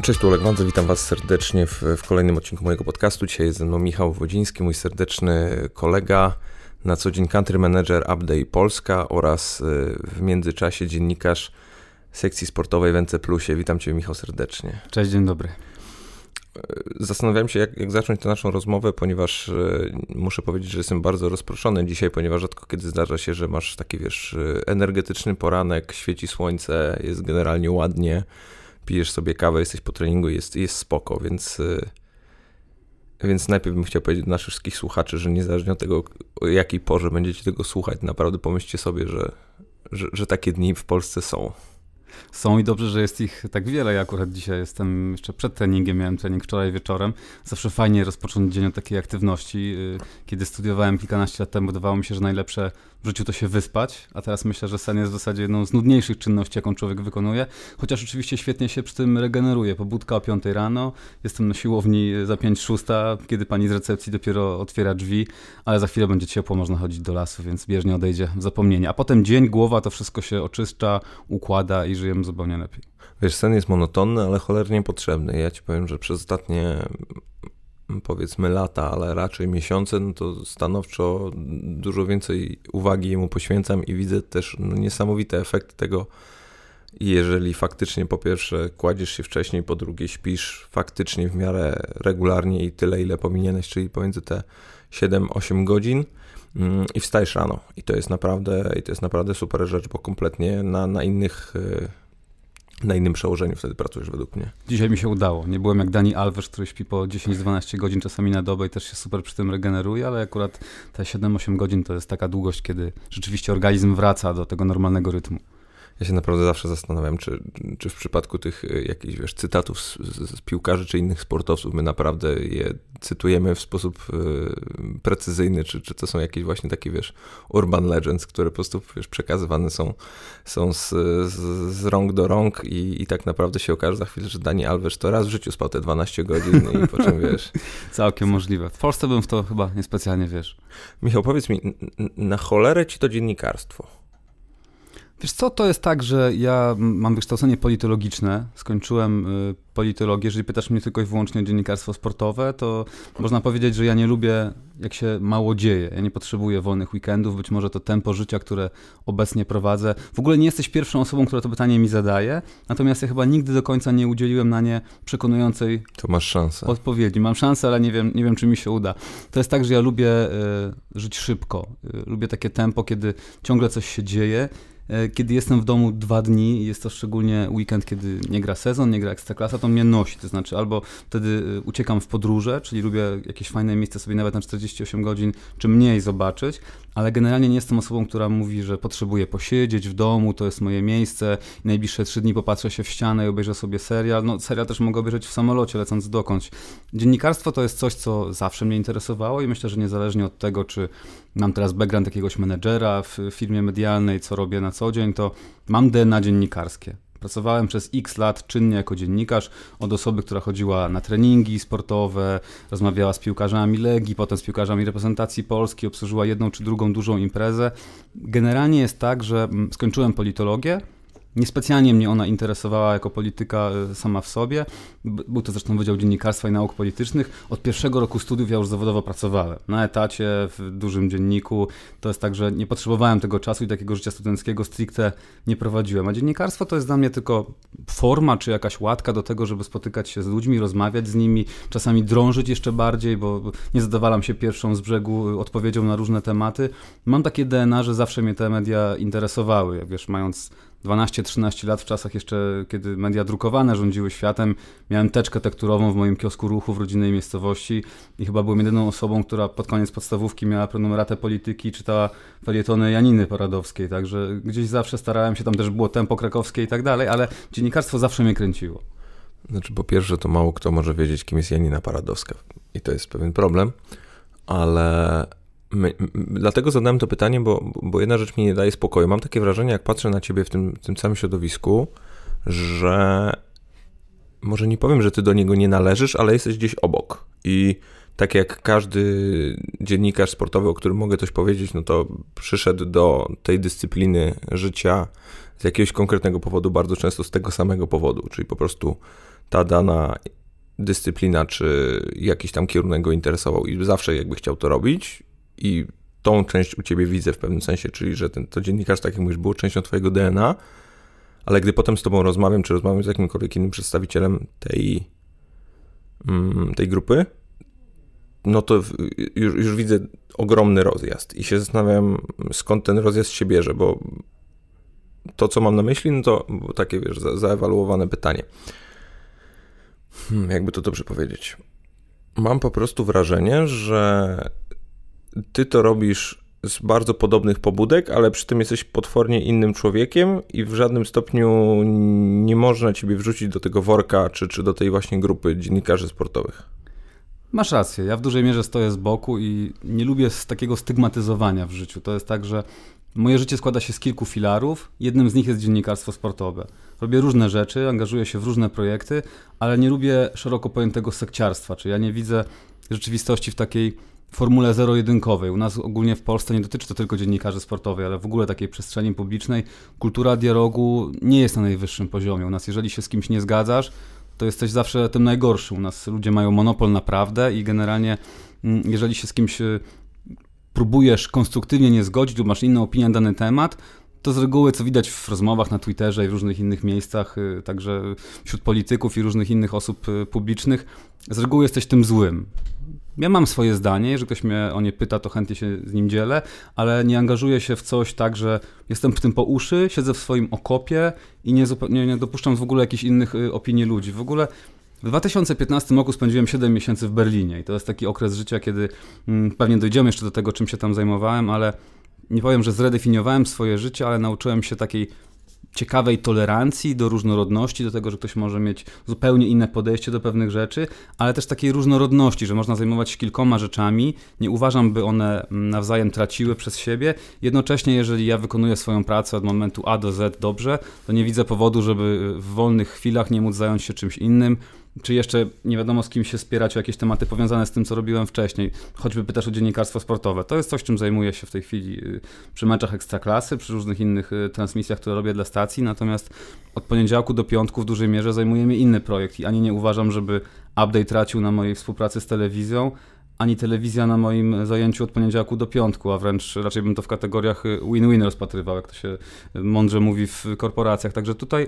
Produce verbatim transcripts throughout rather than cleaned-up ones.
Cześć, tu Oleg Wandzel, witam Was serdecznie w, w kolejnym odcinku mojego podcastu. Dzisiaj jest ze mną Michał Wodziński, mój serdeczny kolega, na co dzień country manager Update Polska oraz w międzyczasie dziennikarz sekcji sportowej w N C Plusie. Witam Cię, Michał, serdecznie. Cześć, dzień dobry. Zastanawiałem się, jak, jak zacząć tę naszą rozmowę, ponieważ muszę powiedzieć, że jestem bardzo rozproszony dzisiaj, ponieważ rzadko kiedy zdarza się, że masz taki, wiesz, energetyczny poranek, świeci słońce, jest generalnie ładnie, pijesz sobie kawę, jesteś po treningu i jest, jest spoko, więc, więc najpierw bym chciał powiedzieć do naszych wszystkich słuchaczy, że niezależnie od tego, o jakiej porze będziecie tego słuchać, naprawdę pomyślcie sobie, że, że, że takie dni w Polsce są. Są i dobrze, że jest ich tak wiele. Ja akurat dzisiaj jestem jeszcze przed treningiem, miałem trening wczoraj wieczorem. Zawsze fajnie rozpocząć dzień od takiej aktywności. Kiedy studiowałem kilkanaście lat temu, wydawało mi się, że najlepsze w życiu to się wyspać, a teraz myślę, że sen jest w zasadzie jedną z nudniejszych czynności, jaką człowiek wykonuje, chociaż oczywiście świetnie się przy tym regeneruje. Pobudka o piątej rano, jestem na siłowni za pięć szósta, kiedy pani z recepcji dopiero otwiera drzwi, ale za chwilę będzie ciepło, można chodzić do lasu, więc bieżnie odejdzie w zapomnienie. A potem dzień, głowa, to wszystko się oczyszcza, układa i żyjemy zupełnie lepiej. Wiesz, sen jest monotonny, ale cholernie potrzebny. Ja ci powiem, że przez ostatnie, powiedzmy, lata, ale raczej miesiące, no to stanowczo dużo więcej uwagi jemu poświęcam i widzę też no, niesamowite efekty tego, jeżeli faktycznie po pierwsze kładziesz się wcześniej, po drugie śpisz faktycznie w miarę regularnie i tyle, ile powinieneś, czyli pomiędzy te siedem osiem godzin i wstajesz rano. I to jest naprawdę, i to jest naprawdę super rzecz, bo kompletnie na, na innych... na innym przełożeniu wtedy pracujesz według mnie. Dzisiaj mi się udało. Nie byłem jak Dani Alves, który śpi po dziesięć dwanaście godzin czasami na dobę i też się super przy tym regeneruje, ale akurat te siedem osiem godzin to jest taka długość, kiedy rzeczywiście organizm wraca do tego normalnego rytmu. Ja się naprawdę zawsze zastanawiam, czy, czy w przypadku tych jakichś, wiesz, cytatów z, z, z piłkarzy czy innych sportowców, my naprawdę je cytujemy w sposób y, precyzyjny, czy, czy to są jakieś właśnie takie, wiesz, urban legends, które po prostu, wiesz, przekazywane są, są z, z, z rąk do rąk i, i tak naprawdę się okaże za chwilę, że Dani Alves to raz w życiu spał te dwanaście godzin i po czym, wiesz... Całkiem możliwe. W Polsce bym w to chyba niespecjalnie, wiesz. Michał, powiedz mi, na cholerę ci to dziennikarstwo? Wiesz co, to jest tak, że ja mam wykształcenie politologiczne, skończyłem politologię, jeżeli pytasz mnie tylko i wyłącznie o dziennikarstwo sportowe, to można powiedzieć, że ja nie lubię, jak się mało dzieje, ja nie potrzebuję wolnych weekendów, być może to tempo życia, które obecnie prowadzę. W ogóle nie jesteś pierwszą osobą, która to pytanie mi zadaje, natomiast ja chyba nigdy do końca nie udzieliłem na nie przekonującej to masz szansę. odpowiedzi. Mam szansę, ale nie wiem, nie wiem, czy mi się uda. To jest tak, że ja lubię y, żyć szybko, y, lubię takie tempo, kiedy ciągle coś się dzieje. Kiedy jestem w domu dwa dni i jest to szczególnie weekend, kiedy nie gra sezon, nie gra Ekstraklasa, to mnie nosi, to znaczy albo wtedy uciekam w podróże, czyli lubię jakieś fajne miejsce sobie nawet na czterdzieści osiem godzin czy mniej zobaczyć, ale generalnie nie jestem osobą, która mówi, że potrzebuję posiedzieć w domu, to jest moje miejsce i najbliższe trzy dni popatrzę się w ścianę i obejrzę sobie serial. No serial też mogę obejrzeć w samolocie, lecąc dokądś. Dziennikarstwo to jest coś, co zawsze mnie interesowało i myślę, że niezależnie od tego, czy mam teraz background jakiegoś menedżera w firmie medialnej, co robię na co dzień, to mam D N A dziennikarskie. Pracowałem przez X lat czynnie jako dziennikarz, od osoby, która chodziła na treningi sportowe, rozmawiała z piłkarzami Legii, potem z piłkarzami reprezentacji Polski, obsłużyła jedną czy drugą dużą imprezę. Generalnie jest tak, że skończyłem politologię. Niespecjalnie mnie ona interesowała jako polityka sama w sobie. Był to zresztą Wydział Dziennikarstwa i Nauk Politycznych. Od pierwszego roku studiów ja już zawodowo pracowałem. Na etacie, w dużym dzienniku. To jest tak, że nie potrzebowałem tego czasu i takiego życia studenckiego stricte nie prowadziłem. A dziennikarstwo to jest dla mnie tylko forma czy jakaś łatka do tego, żeby spotykać się z ludźmi, rozmawiać z nimi, czasami drążyć jeszcze bardziej, bo nie zadowalam się pierwszą z brzegu odpowiedzią na różne tematy. Mam takie D N A, że zawsze mnie te media interesowały. Jak wiesz, mając dwanaście trzynaście lat w czasach jeszcze, kiedy media drukowane rządziły światem, miałem teczkę tekturową w moim kiosku Ruchu w rodzinnej miejscowości i chyba byłem jedyną osobą, która pod koniec podstawówki miała prenumeratę Polityki i czytała felietony Janiny Paradowskiej, także gdzieś zawsze starałem się, tam też było Tempo Krakowskie i tak dalej, ale dziennikarstwo zawsze mnie kręciło. Znaczy, po pierwsze, to mało kto może wiedzieć, kim jest Janina Paradowska i to jest pewien problem, ale... My, dlatego zadałem to pytanie, bo, bo jedna rzecz mi nie daje spokoju. Mam takie wrażenie, jak patrzę na ciebie w tym, w tym całym środowisku, że może nie powiem, że ty do niego nie należysz, ale jesteś gdzieś obok. I tak jak każdy dziennikarz sportowy, o którym mogę coś powiedzieć, no to przyszedł do tej dyscypliny życia z jakiegoś konkretnego powodu, bardzo często z tego samego powodu, czyli po prostu ta dana dyscyplina czy jakiś tam kierunek go interesował i zawsze jakby chciał to robić i tą część u ciebie widzę w pewnym sensie, czyli że ten, to dziennikarz, tak jak mówisz, było częścią twojego D N A, ale gdy potem z tobą rozmawiam, czy rozmawiam z jakimkolwiek innym przedstawicielem tej, tej grupy, no to już, już widzę ogromny rozjazd i się zastanawiam, skąd ten rozjazd się bierze, bo to, co mam na myśli, no to takie, wiesz, za, zaewaluowane pytanie. Hmm, jakby to dobrze powiedzieć. Mam po prostu wrażenie, że ty to robisz z bardzo podobnych pobudek, ale przy tym jesteś potwornie innym człowiekiem i w żadnym stopniu nie można ciebie wrzucić do tego worka, czy, czy do tej właśnie grupy dziennikarzy sportowych. Masz rację, ja w dużej mierze stoję z boku i nie lubię z takiego stygmatyzowania w życiu. To jest tak, że moje życie składa się z kilku filarów, jednym z nich jest dziennikarstwo sportowe. Robię różne rzeczy, angażuję się w różne projekty, ale nie lubię szeroko pojętego sekciarstwa, czyli ja nie widzę rzeczywistości w takiej formule zero-jedynkowej. U nas ogólnie w Polsce nie dotyczy to tylko dziennikarzy sportowej, ale w ogóle takiej przestrzeni publicznej kultura dialogu nie jest na najwyższym poziomie. U nas jeżeli się z kimś nie zgadzasz, to jesteś zawsze tym najgorszym. U nas ludzie mają monopol na prawdę i generalnie jeżeli się z kimś próbujesz konstruktywnie nie zgodzić lub masz inną opinię na dany temat, to z reguły, co widać w rozmowach na Twitterze i w różnych innych miejscach, także wśród polityków i różnych innych osób publicznych, z reguły jesteś tym złym. Ja mam swoje zdanie, jeżeli ktoś mnie o nie pyta, to chętnie się z nim dzielę, ale nie angażuję się w coś tak, że jestem w tym po uszy, siedzę w swoim okopie i nie, nie, nie dopuszczam w ogóle jakichś innych opinii ludzi. W ogóle w dwa tysiące piętnastym roku spędziłem siedem miesięcy w Berlinie i to jest taki okres życia, kiedy hmm, pewnie dojdziemy jeszcze do tego, czym się tam zajmowałem, ale nie powiem, że zredefiniowałem swoje życie, ale nauczyłem się takiej ciekawej tolerancji do różnorodności, do tego, że ktoś może mieć zupełnie inne podejście do pewnych rzeczy, ale też takiej różnorodności, że można zajmować się kilkoma rzeczami. Nie uważam, by one nawzajem traciły przez siebie. Jednocześnie, jeżeli ja wykonuję swoją pracę od momentu A do Z dobrze, to nie widzę powodu, żeby w wolnych chwilach nie móc zająć się czymś innym, czy jeszcze nie wiadomo z kim się spierać o jakieś tematy powiązane z tym, co robiłem wcześniej. Choćby pytasz o dziennikarstwo sportowe. To jest coś, czym zajmuję się w tej chwili przy meczach Ekstraklasy, przy różnych innych transmisjach, które robię dla stacji. Natomiast od poniedziałku do piątku w dużej mierze zajmuje mnie inny projekt i ani nie uważam, żeby update tracił na mojej współpracy z telewizją, ani telewizja na moim zajęciu od poniedziałku do piątku, a wręcz raczej bym to w kategoriach win-win rozpatrywał, jak to się mądrze mówi w korporacjach. Także tutaj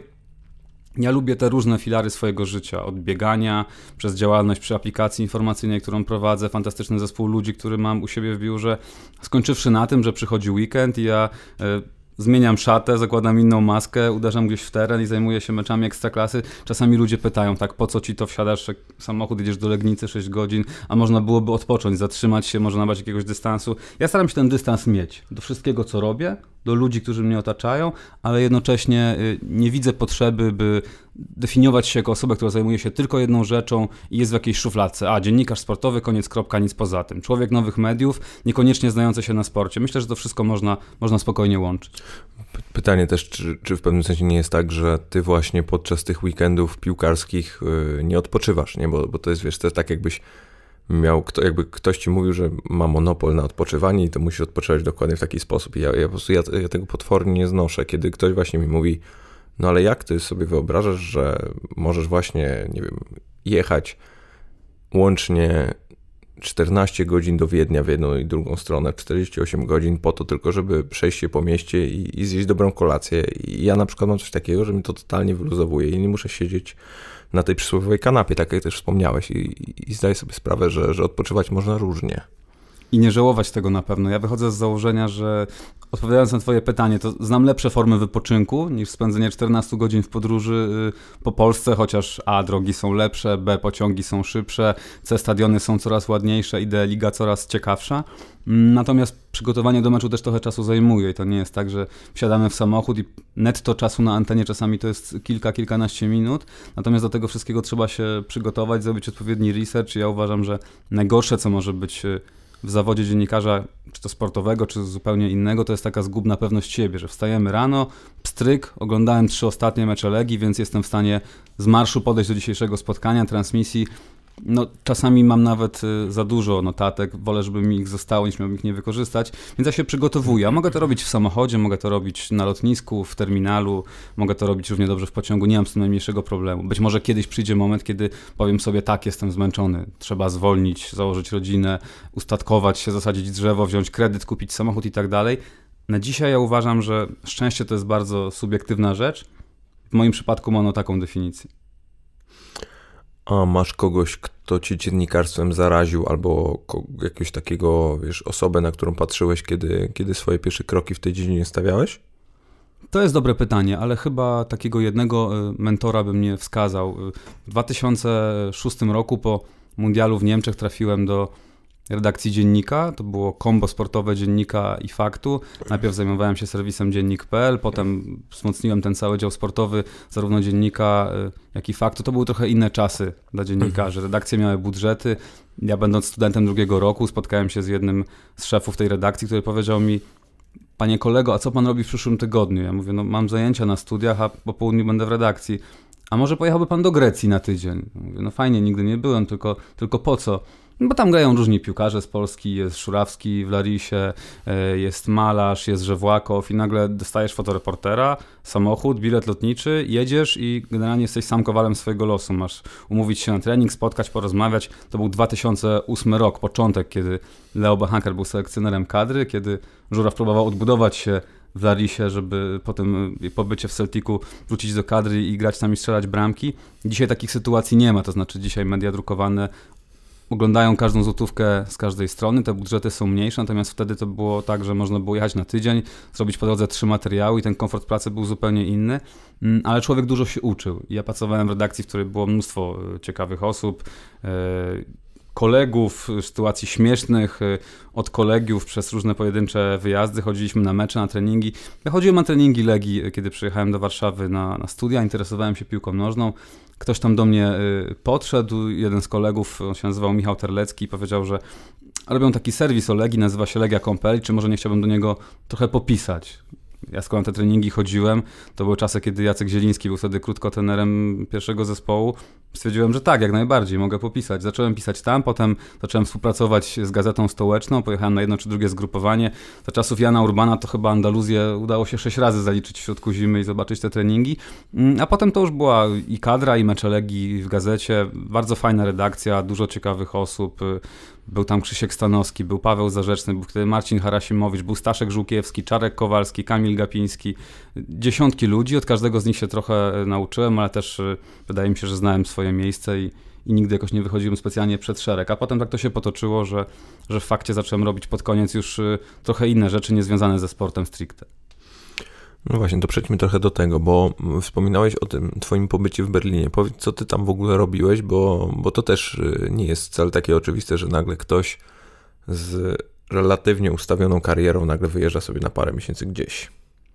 ja lubię te różne filary swojego życia, od biegania, przez działalność przy aplikacji informacyjnej, którą prowadzę, fantastyczny zespół ludzi, który mam u siebie w biurze, skończywszy na tym, że przychodzi weekend i ja y, zmieniam szatę, zakładam inną maskę, uderzam gdzieś w teren i zajmuję się meczami Ekstraklasy. Czasami ludzie pytają, tak, po co ci to wsiadasz, jak samochód, jedziesz do Legnicy sześć godzin, a można byłoby odpocząć, zatrzymać się, może nabrać jakiegoś dystansu. Ja staram się ten dystans mieć do wszystkiego, co robię, do ludzi, którzy mnie otaczają, ale jednocześnie nie widzę potrzeby, by definiować się jako osobę, która zajmuje się tylko jedną rzeczą i jest w jakiejś szufladce. A, dziennikarz sportowy, koniec, kropka, nic poza tym. Człowiek nowych mediów, niekoniecznie znający się na sporcie. Myślę, że to wszystko można, można spokojnie łączyć. Pytanie też, czy, czy w pewnym sensie nie jest tak, że ty właśnie podczas tych weekendów piłkarskich yy, nie odpoczywasz, nie? Bo, bo to jest, wiesz, to jest tak jakbyś miał, kto, jakby ktoś ci mówił, że ma monopol na odpoczywanie i to musisz odpoczywać dokładnie w taki sposób. I ja, ja po prostu ja, ja tego potwornie nie znoszę, kiedy ktoś właśnie mi mówi, no ale jak ty sobie wyobrażasz, że możesz właśnie, nie wiem, jechać łącznie czternaście godzin do Wiednia w jedną i drugą stronę, czterdzieści osiem godzin po to tylko, żeby przejść się po mieście i, i zjeść dobrą kolację. I ja na przykład mam coś takiego, że mi to totalnie wyluzowuje i nie muszę siedzieć na tej przysłowiowej kanapie, tak jak też wspomniałeś, i, i, i zdaję sobie sprawę, że, że odpoczywać można różnie. I nie żałować tego na pewno. Ja wychodzę z założenia, że odpowiadając na twoje pytanie, to znam lepsze formy wypoczynku niż spędzenie czternaście godzin w podróży po Polsce, chociaż A, drogi są lepsze, B, pociągi są szybsze, C, stadiony są coraz ładniejsze i D, liga coraz ciekawsza. Natomiast przygotowanie do meczu też trochę czasu zajmuje i to nie jest tak, że wsiadamy w samochód i netto czasu na antenie czasami to jest kilka, kilkanaście minut. Natomiast do tego wszystkiego trzeba się przygotować, zrobić odpowiedni research i ja uważam, że najgorsze, co może być w zawodzie dziennikarza, czy to sportowego, czy zupełnie innego, to jest taka zgubna pewność siebie, że wstajemy rano, pstryk, oglądałem trzy ostatnie mecze Legii, więc jestem w stanie z marszu podejść do dzisiejszego spotkania, transmisji No, czasami mam nawet za dużo notatek, wolę, żeby mi ich zostało, niż miałbym ich nie wykorzystać, więc ja się przygotowuję. A mogę to robić w samochodzie, mogę to robić na lotnisku, w terminalu, mogę to robić równie dobrze w pociągu, nie mam z tym najmniejszego problemu. Być może kiedyś przyjdzie moment, kiedy powiem sobie, tak, jestem zmęczony, trzeba zwolnić, założyć rodzinę, ustatkować się, zasadzić drzewo, wziąć kredyt, kupić samochód i tak dalej. Na dzisiaj ja uważam, że szczęście to jest bardzo subiektywna rzecz. W moim przypadku ma ono taką definicję. A masz kogoś, kto cię dziennikarstwem zaraził, albo ko- jakiegoś takiego, wiesz, osobę, na którą patrzyłeś, kiedy, kiedy swoje pierwsze kroki w tej dziedzinie stawiałeś? To jest dobre pytanie, ale chyba takiego jednego mentora bym nie wskazał. W dwa tysiące szóstym roku po mundialu w Niemczech trafiłem do redakcji Dziennika. To było kombo sportowe Dziennika i Faktu. Najpierw zajmowałem się serwisem dziennik kropka pe el, potem wzmocniłem ten cały dział sportowy, zarówno Dziennika, jak i Faktu. To były trochę inne czasy dla dziennikarzy. Redakcje miały budżety. Ja, będąc studentem drugiego roku, spotkałem się z jednym z szefów tej redakcji, który powiedział mi: panie kolego, a co pan robi w przyszłym tygodniu? Ja mówię, no mam zajęcia na studiach, a po południu będę w redakcji. A może pojechałby pan do Grecji na tydzień? Mówię, no fajnie, nigdy nie byłem, tylko, tylko po co? No bo tam grają różni piłkarze z Polski, jest Szurawski w Larisie, jest Malarz, jest Żewłakow i nagle dostajesz fotoreportera, samochód, bilet lotniczy, jedziesz i generalnie jesteś sam kowalem swojego losu. Masz umówić się na trening, spotkać, porozmawiać. To był dwa tysiące ósmy rok, początek, kiedy Leo Bachanker był selekcjonerem kadry, kiedy Żuraw próbował odbudować się w Larisie, żeby potem pobycie w Celticu wrócić do kadry i grać tam i strzelać bramki. Dzisiaj takich sytuacji nie ma, to znaczy dzisiaj media drukowane oglądają każdą złotówkę z każdej strony, te budżety są mniejsze, natomiast wtedy to było tak, że można było jechać na tydzień, zrobić po drodze trzy materiały i ten komfort pracy był zupełnie inny, ale człowiek dużo się uczył. Ja pracowałem w redakcji, w której było mnóstwo ciekawych osób, kolegów, sytuacji śmiesznych, od kolegiów przez różne pojedyncze wyjazdy, chodziliśmy na mecze, na treningi. Ja chodziłem na treningi Legii, kiedy przyjechałem do Warszawy na, na studia, interesowałem się piłką nożną. Ktoś tam do mnie podszedł, jeden z kolegów, on się nazywał Michał Terlecki i powiedział, że robią taki serwis o Legii, nazywa się legia kropka pe el, czy może nie chciałbym do niego trochę popisać. Ja skoro na te treningi chodziłem, to były czasy, kiedy Jacek Zieliński był wtedy krótko trenerem pierwszego zespołu. Stwierdziłem, że tak, jak najbardziej, mogę popisać. Zacząłem pisać tam, potem zacząłem współpracować z Gazetą Stołeczną, pojechałem na jedno czy drugie zgrupowanie. Za czasów Jana Urbana to chyba Andaluzję udało się sześć razy zaliczyć w środku zimy i zobaczyć te treningi. A potem to już była i kadra, i mecze Legii w Gazecie. Bardzo fajna redakcja, dużo ciekawych osób. Był tam Krzysiek Stanowski, był Paweł Zarzeczny, był wtedy Marcin Harasimowicz, był Staszek Żółkiewski, Czarek Kowalski, Kamil Gapiński. Dziesiątki ludzi, od każdego z nich się trochę nauczyłem, ale też wydaje mi się, że znałem swoje miejsce i, i nigdy jakoś nie wychodziłem specjalnie przed szereg. A potem tak to się potoczyło, że, że w fakcie zacząłem robić pod koniec już trochę inne rzeczy niezwiązane ze sportem stricte. No właśnie, to przejdźmy trochę do tego, bo wspominałeś o tym twoim pobycie w Berlinie. Powiedz, co ty tam w ogóle robiłeś, bo, bo to też nie jest wcale takie oczywiste, że nagle ktoś z relatywnie ustawioną karierą nagle wyjeżdża sobie na parę miesięcy gdzieś.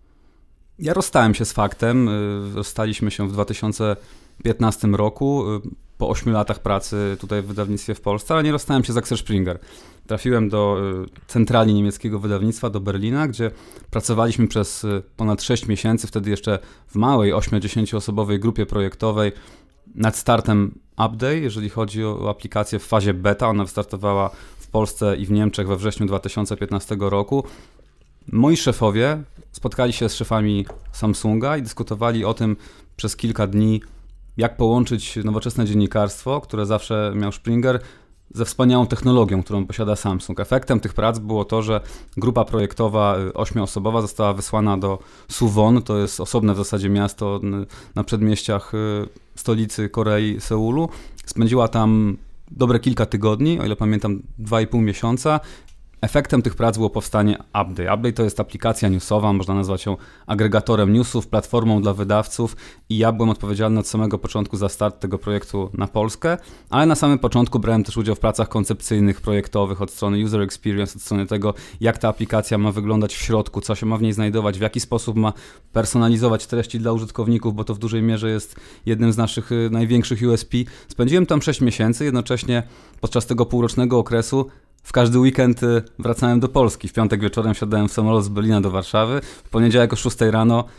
Ja rozstałem się z faktem. Rozstaliśmy się w dwa tysiące piętnastym roku, po ośmiu latach pracy tutaj w wydawnictwie w Polsce, ale nie rozstałem się z Axel Springer. Trafiłem do centrali niemieckiego wydawnictwa, do Berlina, gdzie pracowaliśmy przez ponad sześć miesięcy, wtedy jeszcze w małej, ośmiu-dziesięcioosobowej grupie projektowej nad startem Upday, jeżeli chodzi o aplikację w fazie beta. Ona wystartowała w Polsce i w Niemczech we wrześniu dwa tysiące piętnastego roku. Moi szefowie spotkali się z szefami Samsunga i dyskutowali o tym przez kilka dni, jak połączyć nowoczesne dziennikarstwo, które zawsze miał Springer, ze wspaniałą technologią, którą posiada Samsung. Efektem tych prac było to, że grupa projektowa ośmioosobowa została wysłana do Suwon, to jest osobne w zasadzie miasto na przedmieściach stolicy Korei, Seulu. Spędziła tam dobre kilka tygodni, o ile pamiętam dwa i pół miesiąca. Efektem tych prac było powstanie Upday. Upday to jest aplikacja newsowa, można nazwać ją agregatorem newsów, platformą dla wydawców i ja byłem odpowiedzialny od samego początku za start tego projektu na Polskę, ale na samym początku brałem też udział w pracach koncepcyjnych, projektowych od strony user experience, od strony tego, jak ta aplikacja ma wyglądać w środku, co się ma w niej znajdować, w jaki sposób ma personalizować treści dla użytkowników, bo to w dużej mierze jest jednym z naszych największych U S P. Spędziłem tam sześć miesięcy, jednocześnie podczas tego półrocznego okresu w każdy weekend wracałem do Polski. W piątek wieczorem siadałem w samolot z Berlina do Warszawy. W poniedziałek o szóstej rano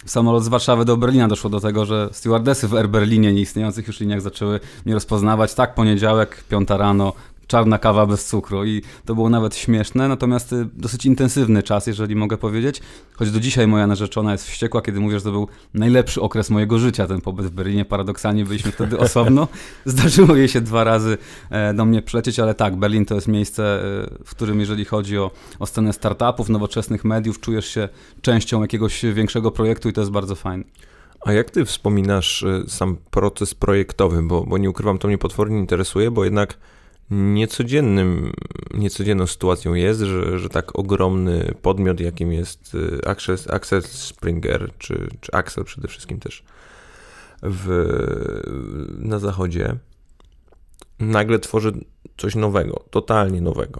samolot z Warszawy do Berlina doszło do tego, że stewardesy w Air Berlinie, nieistniejących już liniach, zaczęły mnie rozpoznawać. Tak, poniedziałek, piąta rano, czarna kawa bez cukru i to było nawet śmieszne, natomiast y, dosyć intensywny czas, jeżeli mogę powiedzieć, choć do dzisiaj moja narzeczona jest wściekła, kiedy mówię, że to był najlepszy okres mojego życia, ten pobyt w Berlinie. Paradoksalnie byliśmy wtedy osobno. Zdarzyło jej się dwa razy e, do mnie przylecieć, ale tak, Berlin to jest miejsce, e, w którym jeżeli chodzi o, o scenę startupów, nowoczesnych mediów, czujesz się częścią jakiegoś większego projektu i to jest bardzo fajne. A jak ty wspominasz sam proces projektowy, bo, bo nie ukrywam, to mnie potwornie interesuje, bo jednak Niecodziennym, niecodzienną sytuacją jest, że, że tak ogromny podmiot, jakim jest Axel, Axel Springer, czy, czy Axel przede wszystkim też w, na zachodzie, nagle tworzy coś nowego, totalnie nowego,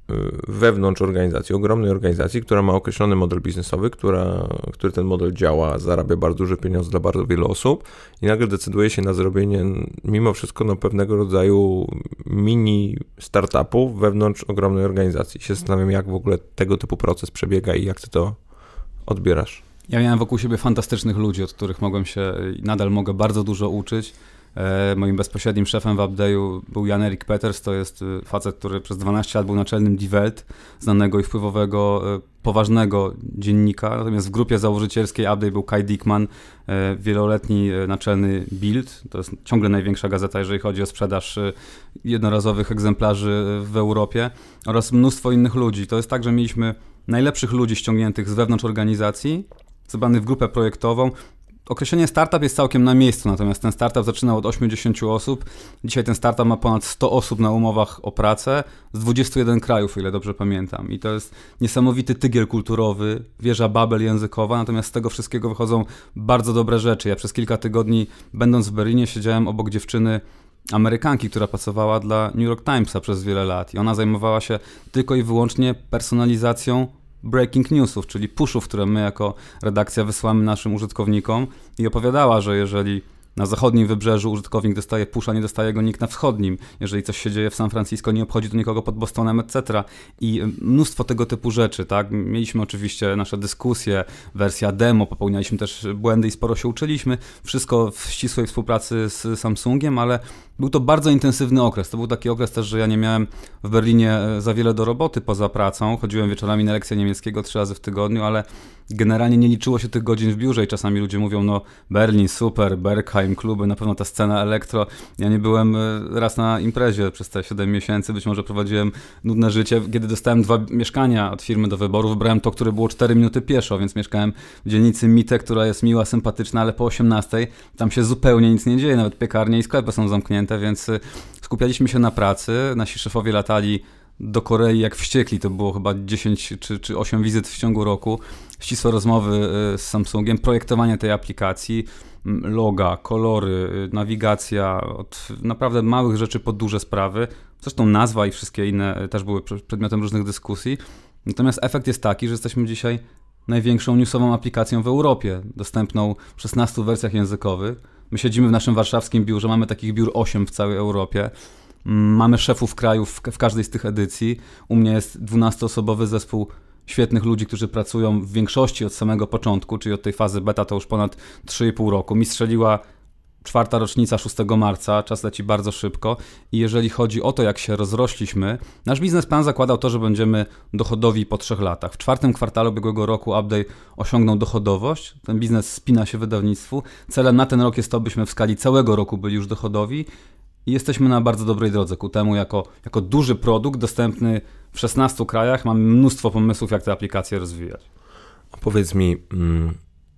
wewnątrz organizacji, ogromnej organizacji, która ma określony model biznesowy, która, który ten model działa, zarabia bardzo duże pieniądze dla bardzo wielu osób i nagle decyduje się na zrobienie mimo wszystko no, pewnego rodzaju mini startupu wewnątrz ogromnej organizacji. Się zastanawiam, jak w ogóle tego typu proces przebiega i jak ty to odbierasz. Ja miałem wokół siebie fantastycznych ludzi, od których mogłem się i nadal mogę bardzo dużo uczyć. Moim bezpośrednim szefem w Update'u był Jan-Erik Peters, to jest facet, który przez dwanaście lat był naczelnym Die Welt, znanego i wpływowego, poważnego dziennika, natomiast w grupie założycielskiej Update był Kai Dickman, wieloletni naczelny Bild, to jest ciągle największa gazeta, jeżeli chodzi o sprzedaż jednorazowych egzemplarzy w Europie, oraz mnóstwo innych ludzi. To jest tak, że mieliśmy najlepszych ludzi ściągniętych z wewnątrz organizacji, zebranych w grupę projektową. Określenie startup jest całkiem na miejscu, natomiast ten startup zaczynał od osiemdziesiąt osób. Dzisiaj ten startup ma ponad sto osób na umowach o pracę z dwudziestu jeden krajów, o ile dobrze pamiętam. I to jest niesamowity tygiel kulturowy, wieża Babel językowa, natomiast z tego wszystkiego wychodzą bardzo dobre rzeczy. Ja przez kilka tygodni, będąc w Berlinie, siedziałem obok dziewczyny Amerykanki, która pracowała dla New York Timesa przez wiele lat i ona zajmowała się tylko i wyłącznie personalizacją breaking newsów, czyli pushów, które my jako redakcja wysyłamy naszym użytkownikom i opowiadała, że jeżeli na zachodnim wybrzeżu użytkownik dostaje pusha, nie dostaje go nikt na wschodnim. Jeżeli coś się dzieje w San Francisco, nie obchodzi to nikogo pod Bostonem, et cetera. I mnóstwo tego typu rzeczy, tak? Mieliśmy oczywiście nasze dyskusje, wersja demo, popełnialiśmy też błędy i sporo się uczyliśmy. Wszystko w ścisłej współpracy z Samsungiem, ale był to bardzo intensywny okres. To był taki okres też, że ja nie miałem w Berlinie za wiele do roboty poza pracą. Chodziłem wieczorami na lekcje niemieckiego trzy razy w tygodniu, ale generalnie nie liczyło się tych godzin w biurze i czasami ludzie mówią, no Berlin, super, Berghain, kluby, na pewno ta scena elektro. Ja nie byłem raz na imprezie przez te siedem miesięcy, być może prowadziłem nudne życie. Kiedy dostałem dwa mieszkania od firmy do wyboru, wybrałem to, które było cztery minuty pieszo, więc mieszkałem w dzielnicy Mitte, która jest miła, sympatyczna, ale po osiemnastej tam się zupełnie nic nie dzieje, nawet piekarnie i sklepy są zamknięte, więc skupialiśmy się na pracy. Nasi szefowie latali do Korei jak wściekli, to było chyba dziesięć czy, czy osiem wizyt w ciągu roku, ścisłe rozmowy z Samsungiem, projektowanie tej aplikacji, loga, kolory, nawigacja, od naprawdę małych rzeczy po duże sprawy. Zresztą nazwa i wszystkie inne też były przedmiotem różnych dyskusji. Natomiast efekt jest taki, że jesteśmy dzisiaj największą newsową aplikacją w Europie, dostępną w szesnastu wersjach językowych. My siedzimy w naszym warszawskim biurze, mamy takich biur osiem w całej Europie. Mamy szefów krajów w każdej z tych edycji. U mnie jest dwunastoosobowy zespół świetnych ludzi, którzy pracują w większości od samego początku, czyli od tej fazy beta to już ponad trzy i pół roku. Mi strzeliła czwarta rocznica szóstego marca, czas leci bardzo szybko i jeżeli chodzi o to, jak się rozrośliśmy, nasz biznesplan zakładał to, że będziemy dochodowi po trzech latach. W czwartym kwartale ubiegłego roku Update osiągnął dochodowość, ten biznes spina się wydawnictwu. Celem na ten rok jest to, byśmy w skali całego roku byli już dochodowi i jesteśmy na bardzo dobrej drodze ku temu, jako, jako duży produkt dostępny w szesnastu krajach. Mamy mnóstwo pomysłów, jak te aplikacje rozwijać. A powiedz mi, mm,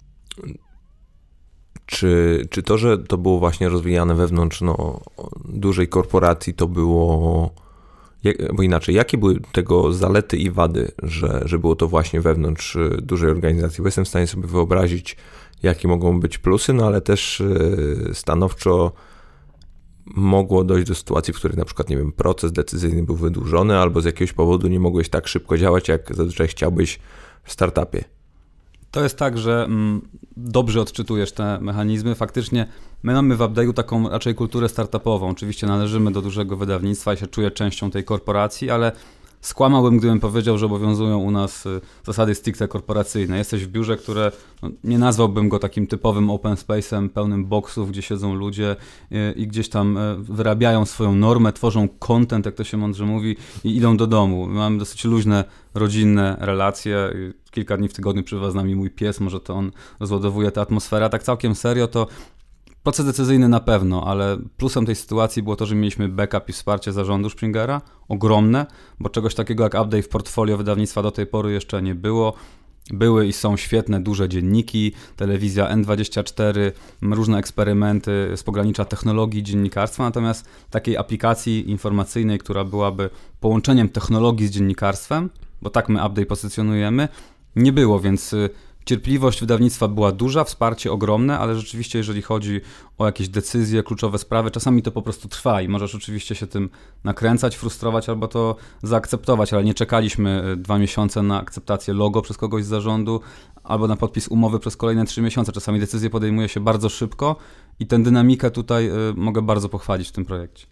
czy, czy to, że to było właśnie rozwijane wewnątrz no, dużej korporacji, to było, jak, bo inaczej, jakie były tego zalety i wady, że, że było to właśnie wewnątrz dużej organizacji? Bo jestem w stanie sobie wyobrazić, jakie mogą być plusy, no ale też stanowczo mogło dojść do sytuacji, w której na przykład, nie wiem, proces decyzyjny był wydłużony albo z jakiegoś powodu nie mogłeś tak szybko działać, jak zazwyczaj chciałbyś w startupie. To jest tak, że mm, dobrze odczytujesz te mechanizmy. Faktycznie my mamy w Update'u taką raczej kulturę startupową. Oczywiście należymy do dużego wydawnictwa i się czuję częścią tej korporacji, ale skłamałbym, gdybym powiedział, że obowiązują u nas zasady stricte korporacyjne. Jesteś w biurze, które no, nie nazwałbym go takim typowym open space'em, pełnym boksów, gdzie siedzą ludzie i, i gdzieś tam wyrabiają swoją normę, tworzą content, jak to się mądrze mówi, i idą do domu. Mamy dosyć luźne, rodzinne relacje. Kilka dni w tygodniu przybywa z nami mój pies, może to on rozładowuje tę atmosferę. Tak całkiem serio to proces decyzyjny na pewno, ale plusem tej sytuacji było to, że mieliśmy backup i wsparcie zarządu Springera, ogromne, bo czegoś takiego jak update w portfolio wydawnictwa do tej pory jeszcze nie było. Były i są świetne, duże dzienniki, telewizja N dwadzieścia cztery, różne eksperymenty z pogranicza technologii dziennikarstwa, natomiast takiej aplikacji informacyjnej, która byłaby połączeniem technologii z dziennikarstwem, bo tak my update pozycjonujemy, nie było, więc cierpliwość wydawnictwa była duża, wsparcie ogromne, ale rzeczywiście jeżeli chodzi o jakieś decyzje, kluczowe sprawy, czasami to po prostu trwa i możesz oczywiście się tym nakręcać, frustrować albo to zaakceptować, ale nie czekaliśmy dwa miesiące na akceptację logo przez kogoś z zarządu albo na podpis umowy przez kolejne trzy miesiące. Czasami decyzje podejmuje się bardzo szybko i tę dynamikę tutaj y, mogę bardzo pochwalić w tym projekcie.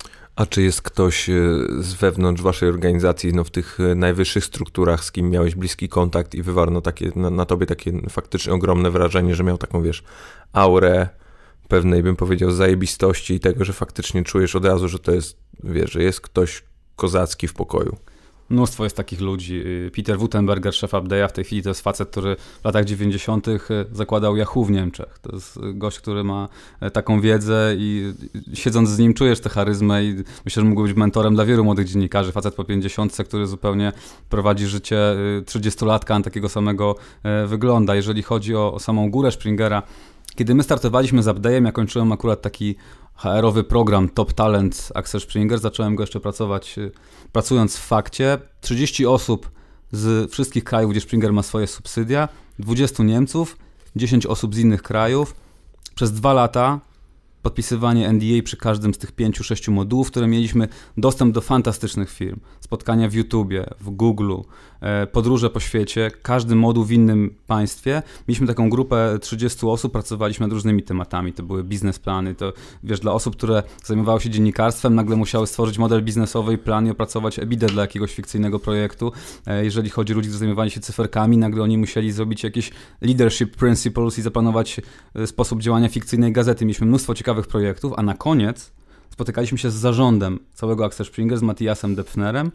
A czy jest ktoś z wewnątrz waszej organizacji, no w tych najwyższych strukturach, z kim miałeś bliski kontakt i wywarno takie, na, na tobie takie faktycznie ogromne wrażenie, że miał taką, wiesz, aurę pewnej, bym powiedział, zajebistości i tego, że faktycznie czujesz od razu, że to jest, wiesz, że jest ktoś kozacki w pokoju? Mnóstwo jest takich ludzi. Peter Wuttenberger, szef Update'a, w tej chwili to jest facet, który w latach dziewięćdziesiątych zakładał Yahoo w Niemczech. To jest gość, który ma taką wiedzę i siedząc z nim czujesz tę charyzmę i myślę, że mógł być mentorem dla wielu młodych dziennikarzy. Facet po pięćdziesiątce, który zupełnie prowadzi życie trzydziestolatka, a takiego samego wygląda. Jeżeli chodzi o, o samą górę Springera, kiedy my startowaliśmy z Update'em, ja kończyłem akurat taki H R-owy program Top Talent Axel Springer, zacząłem go jeszcze pracować, pracując w Fakcie. trzydzieści osób z wszystkich krajów, gdzie Springer ma swoje subsydia, dwudziestu Niemców, dziesięć osób z innych krajów. Przez dwa lata podpisywanie N D A przy każdym z tych pięciu, sześciu modułów, które mieliśmy dostęp do fantastycznych firm. Spotkania w YouTubie, w Google'u, podróże po świecie, każdy moduł w innym państwie. Mieliśmy taką grupę trzydziestu osób, pracowaliśmy nad różnymi tematami. To były biznesplany, to wiesz, dla osób, które zajmowały się dziennikarstwem, nagle musiały stworzyć model biznesowy i plan i opracować E B I T D A dla jakiegoś fikcyjnego projektu. Jeżeli chodzi o ludzi, którzy zajmowali się cyferkami, nagle oni musieli zrobić jakieś leadership principles i zaplanować sposób działania fikcyjnej gazety. Mieliśmy mnóstwo ciekawych projektów, a na koniec spotykaliśmy się z zarządem całego Axel Springer, z Matthiasem Depfnerem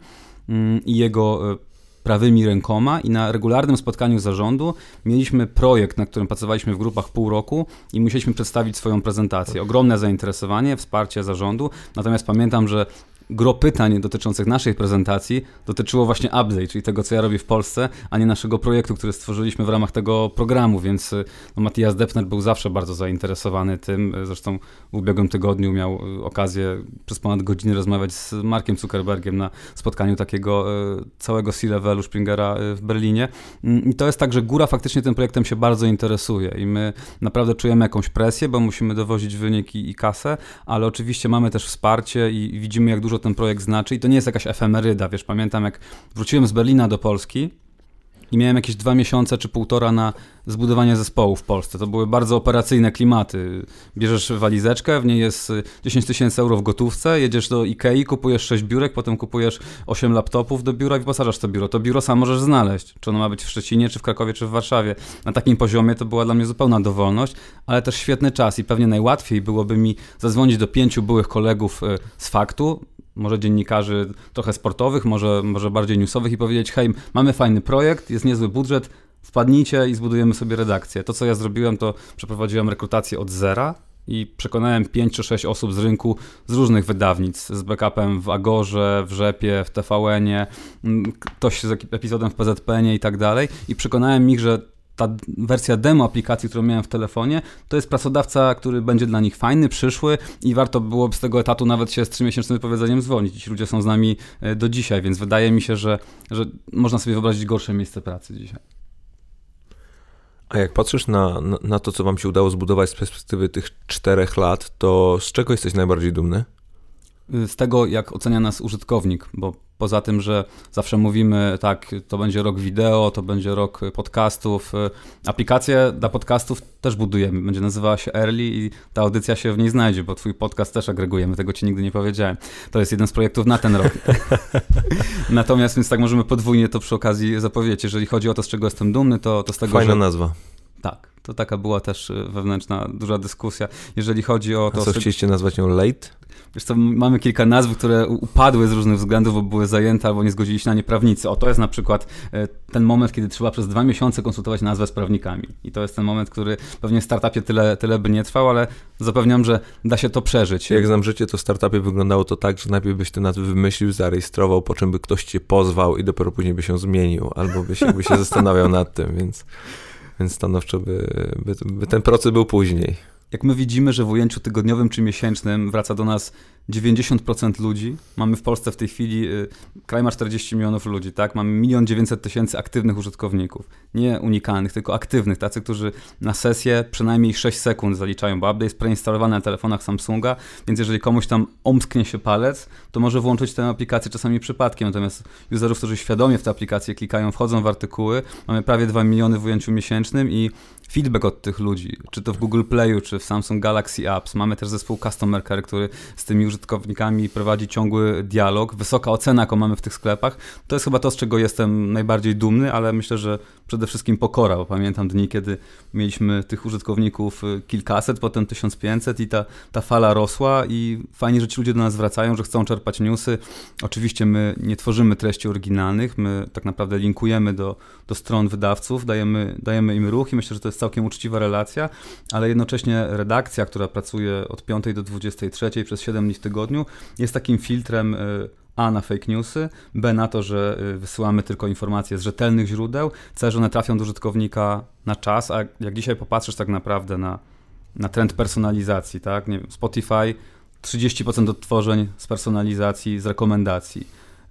i jego prawymi rękoma i na regularnym spotkaniu zarządu mieliśmy projekt, na którym pracowaliśmy w grupach pół roku i musieliśmy przedstawić swoją prezentację. Ogromne zainteresowanie, wsparcie zarządu, natomiast pamiętam, że gro pytań dotyczących naszej prezentacji dotyczyło właśnie Update, czyli tego, co ja robię w Polsce, a nie naszego projektu, który stworzyliśmy w ramach tego programu, więc no, Matthias Depfner był zawsze bardzo zainteresowany tym. Zresztą w ubiegłym tygodniu miał okazję przez ponad godzinę rozmawiać z Markiem Zuckerbergiem na spotkaniu takiego całego C-levelu Springera w Berlinie. I to jest tak, że góra faktycznie tym projektem się bardzo interesuje i my naprawdę czujemy jakąś presję, bo musimy dowozić wyniki i kasę, ale oczywiście mamy też wsparcie i widzimy, jak dużo ten projekt znaczy i to nie jest jakaś efemeryda, wiesz, pamiętam jak wróciłem z Berlina do Polski i miałem jakieś dwa miesiące czy półtora na zbudowanie zespołu w Polsce. To były bardzo operacyjne klimaty. Bierzesz walizeczkę, w niej jest dziesięć tysięcy euro w gotówce, jedziesz do Ikei, kupujesz sześć biurek, potem kupujesz osiem laptopów do biura i wyposażasz to biuro. To biuro sam możesz znaleźć, czy ono ma być w Szczecinie, czy w Krakowie, czy w Warszawie. Na takim poziomie to była dla mnie zupełna dowolność, ale też świetny czas i pewnie najłatwiej byłoby mi zadzwonić do pięciu byłych kolegów z Faktu, może dziennikarzy trochę sportowych, może, może bardziej newsowych i powiedzieć, hej, mamy fajny projekt, jest niezły budżet, wpadnijcie i zbudujemy sobie redakcję. To, co ja zrobiłem, to przeprowadziłem rekrutację od zera i przekonałem pięć czy sześć osób z rynku z różnych wydawnictw, z backupem w Agorze, w Rzepie, w T V N-ie, ktoś z epizodem w P Z P N-ie i tak dalej i przekonałem ich, że ta wersja demo aplikacji, którą miałem w telefonie, to jest pracodawca, który będzie dla nich fajny, przyszły i warto byłoby z tego etatu nawet się z trzymiesięcznym wypowiedzeniem zwolnić. Ci ludzie są z nami do dzisiaj, więc wydaje mi się, że, że można sobie wyobrazić gorsze miejsce pracy dzisiaj. A jak patrzysz na, na, na to, co wam się udało zbudować z perspektywy tych czterech lat, to z czego jesteś najbardziej dumny? z tego, jak ocenia nas użytkownik, bo poza tym, że zawsze mówimy, tak, to będzie rok wideo, to będzie rok podcastów, aplikację dla podcastów też budujemy, będzie nazywała się Early i ta audycja się w niej znajdzie, bo twój podcast też agregujemy, tego ci nigdy nie powiedziałem. To jest jeden z projektów na ten rok. Natomiast, więc tak możemy podwójnie to przy okazji zapowiedzieć. Jeżeli chodzi o to, z czego jestem dumny, to, to z tego, Fajna że... nazwa. Tak, to taka była też wewnętrzna, duża dyskusja. Jeżeli chodzi o to... A co, czego... chcieliście nazwać ją Late? Wiesz co, mamy kilka nazw, które upadły z różnych względów, bo były zajęte albo nie zgodzili się na nie prawnicy. O, to jest na przykład ten moment, kiedy trzeba przez dwa miesiące konsultować nazwę z prawnikami. I to jest ten moment, który pewnie w startupie tyle, tyle by nie trwał, ale zapewniam, że da się to przeżyć. Jak znam życie, to w startupie wyglądało to tak, że najpierw byś te nazwy wymyślił, zarejestrował, po czym by ktoś cię pozwał i dopiero później by się zmienił, albo byś jakby się zastanawiał nad tym, więc, więc stanowczo by, by, by ten proces był później. Jak my widzimy, że w ujęciu tygodniowym czy miesięcznym wraca do nas dziewięćdziesiąt procent ludzi, mamy w Polsce w tej chwili, y, kraj ma czterdzieści milionów ludzi, tak? Mamy milion dziewięćset tysięcy aktywnych użytkowników. Nie unikalnych, tylko aktywnych, tacy, którzy na sesję przynajmniej sześć sekund zaliczają, bo update jest preinstalowany na telefonach Samsunga, więc jeżeli komuś tam omsknie się palec, to może włączyć tę aplikację czasami przypadkiem, natomiast userów, którzy świadomie w tę aplikację klikają, wchodzą w artykuły, mamy prawie dwa miliony w ujęciu miesięcznym i feedback od tych ludzi, czy to w Google Playu, czy w Samsung Galaxy Apps. Mamy też zespół Customer Care, który z tymi użytkownikami prowadzi ciągły dialog. Wysoka ocena, jaką mamy w tych sklepach. To jest chyba to, z czego jestem najbardziej dumny, ale myślę, że przede wszystkim pokora, bo pamiętam dni, kiedy mieliśmy tych użytkowników kilkaset, potem tysiąc pięćset i ta, ta fala rosła i fajnie, że ci ludzie do nas wracają, że chcą czerpać newsy. Oczywiście my nie tworzymy treści oryginalnych, my tak naprawdę linkujemy do, do stron wydawców, dajemy, dajemy im ruch i myślę, że to jest całkiem uczciwa relacja, ale jednocześnie redakcja, która pracuje od piątej do dwudziestej trzeciej przez siedem dni w tygodniu, jest takim filtrem A na fake newsy, B na to, że wysyłamy tylko informacje z rzetelnych źródeł, C, że one trafią do użytkownika na czas, a jak dzisiaj popatrzysz tak naprawdę na, na trend personalizacji, tak? Nie wiem, Spotify trzydzieści procent odtworzeń z personalizacji, z rekomendacji.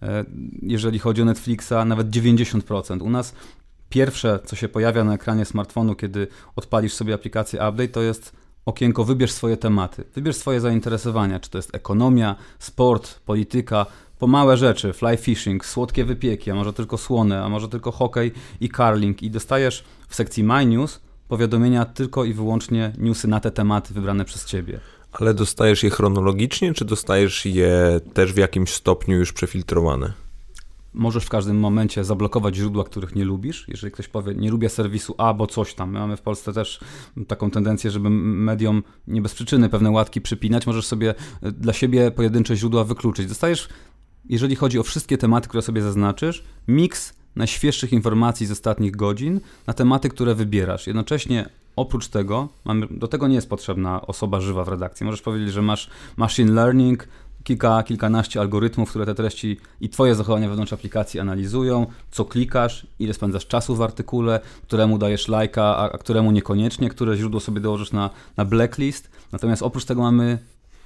Jeżeli chodzi o Netflixa, nawet dziewięćdziesiąt procent. U nas pierwsze, co się pojawia na ekranie smartfonu, kiedy odpalisz sobie aplikację Update, to jest okienko wybierz swoje tematy, wybierz swoje zainteresowania, czy to jest ekonomia, sport, polityka, po małe rzeczy, fly fishing, słodkie wypieki, a może tylko słone, a może tylko hokej i curling i dostajesz w sekcji My News powiadomienia tylko i wyłącznie newsy na te tematy wybrane przez ciebie. Ale dostajesz je chronologicznie, czy dostajesz je też w jakimś stopniu już przefiltrowane? Możesz w każdym momencie zablokować źródła, których nie lubisz. Jeżeli ktoś powie, nie lubię serwisu A, bo coś tam. My mamy w Polsce też taką tendencję, żeby mediom nie bez przyczyny pewne łatki przypinać. Możesz sobie dla siebie pojedyncze źródła wykluczyć. Dostajesz, jeżeli chodzi o wszystkie tematy, które sobie zaznaczysz, miks najświeższych informacji z ostatnich godzin na tematy, które wybierasz. Jednocześnie oprócz tego, mamy, do tego nie jest potrzebna osoba żywa w redakcji. Możesz powiedzieć, że masz machine learning, kilka, kilkanaście algorytmów, które te treści i twoje zachowania wewnątrz aplikacji analizują, co klikasz, ile spędzasz czasu w artykule, któremu dajesz lajka, a, a któremu niekoniecznie, które źródło sobie dołożysz na, na blacklist. Natomiast oprócz tego mamy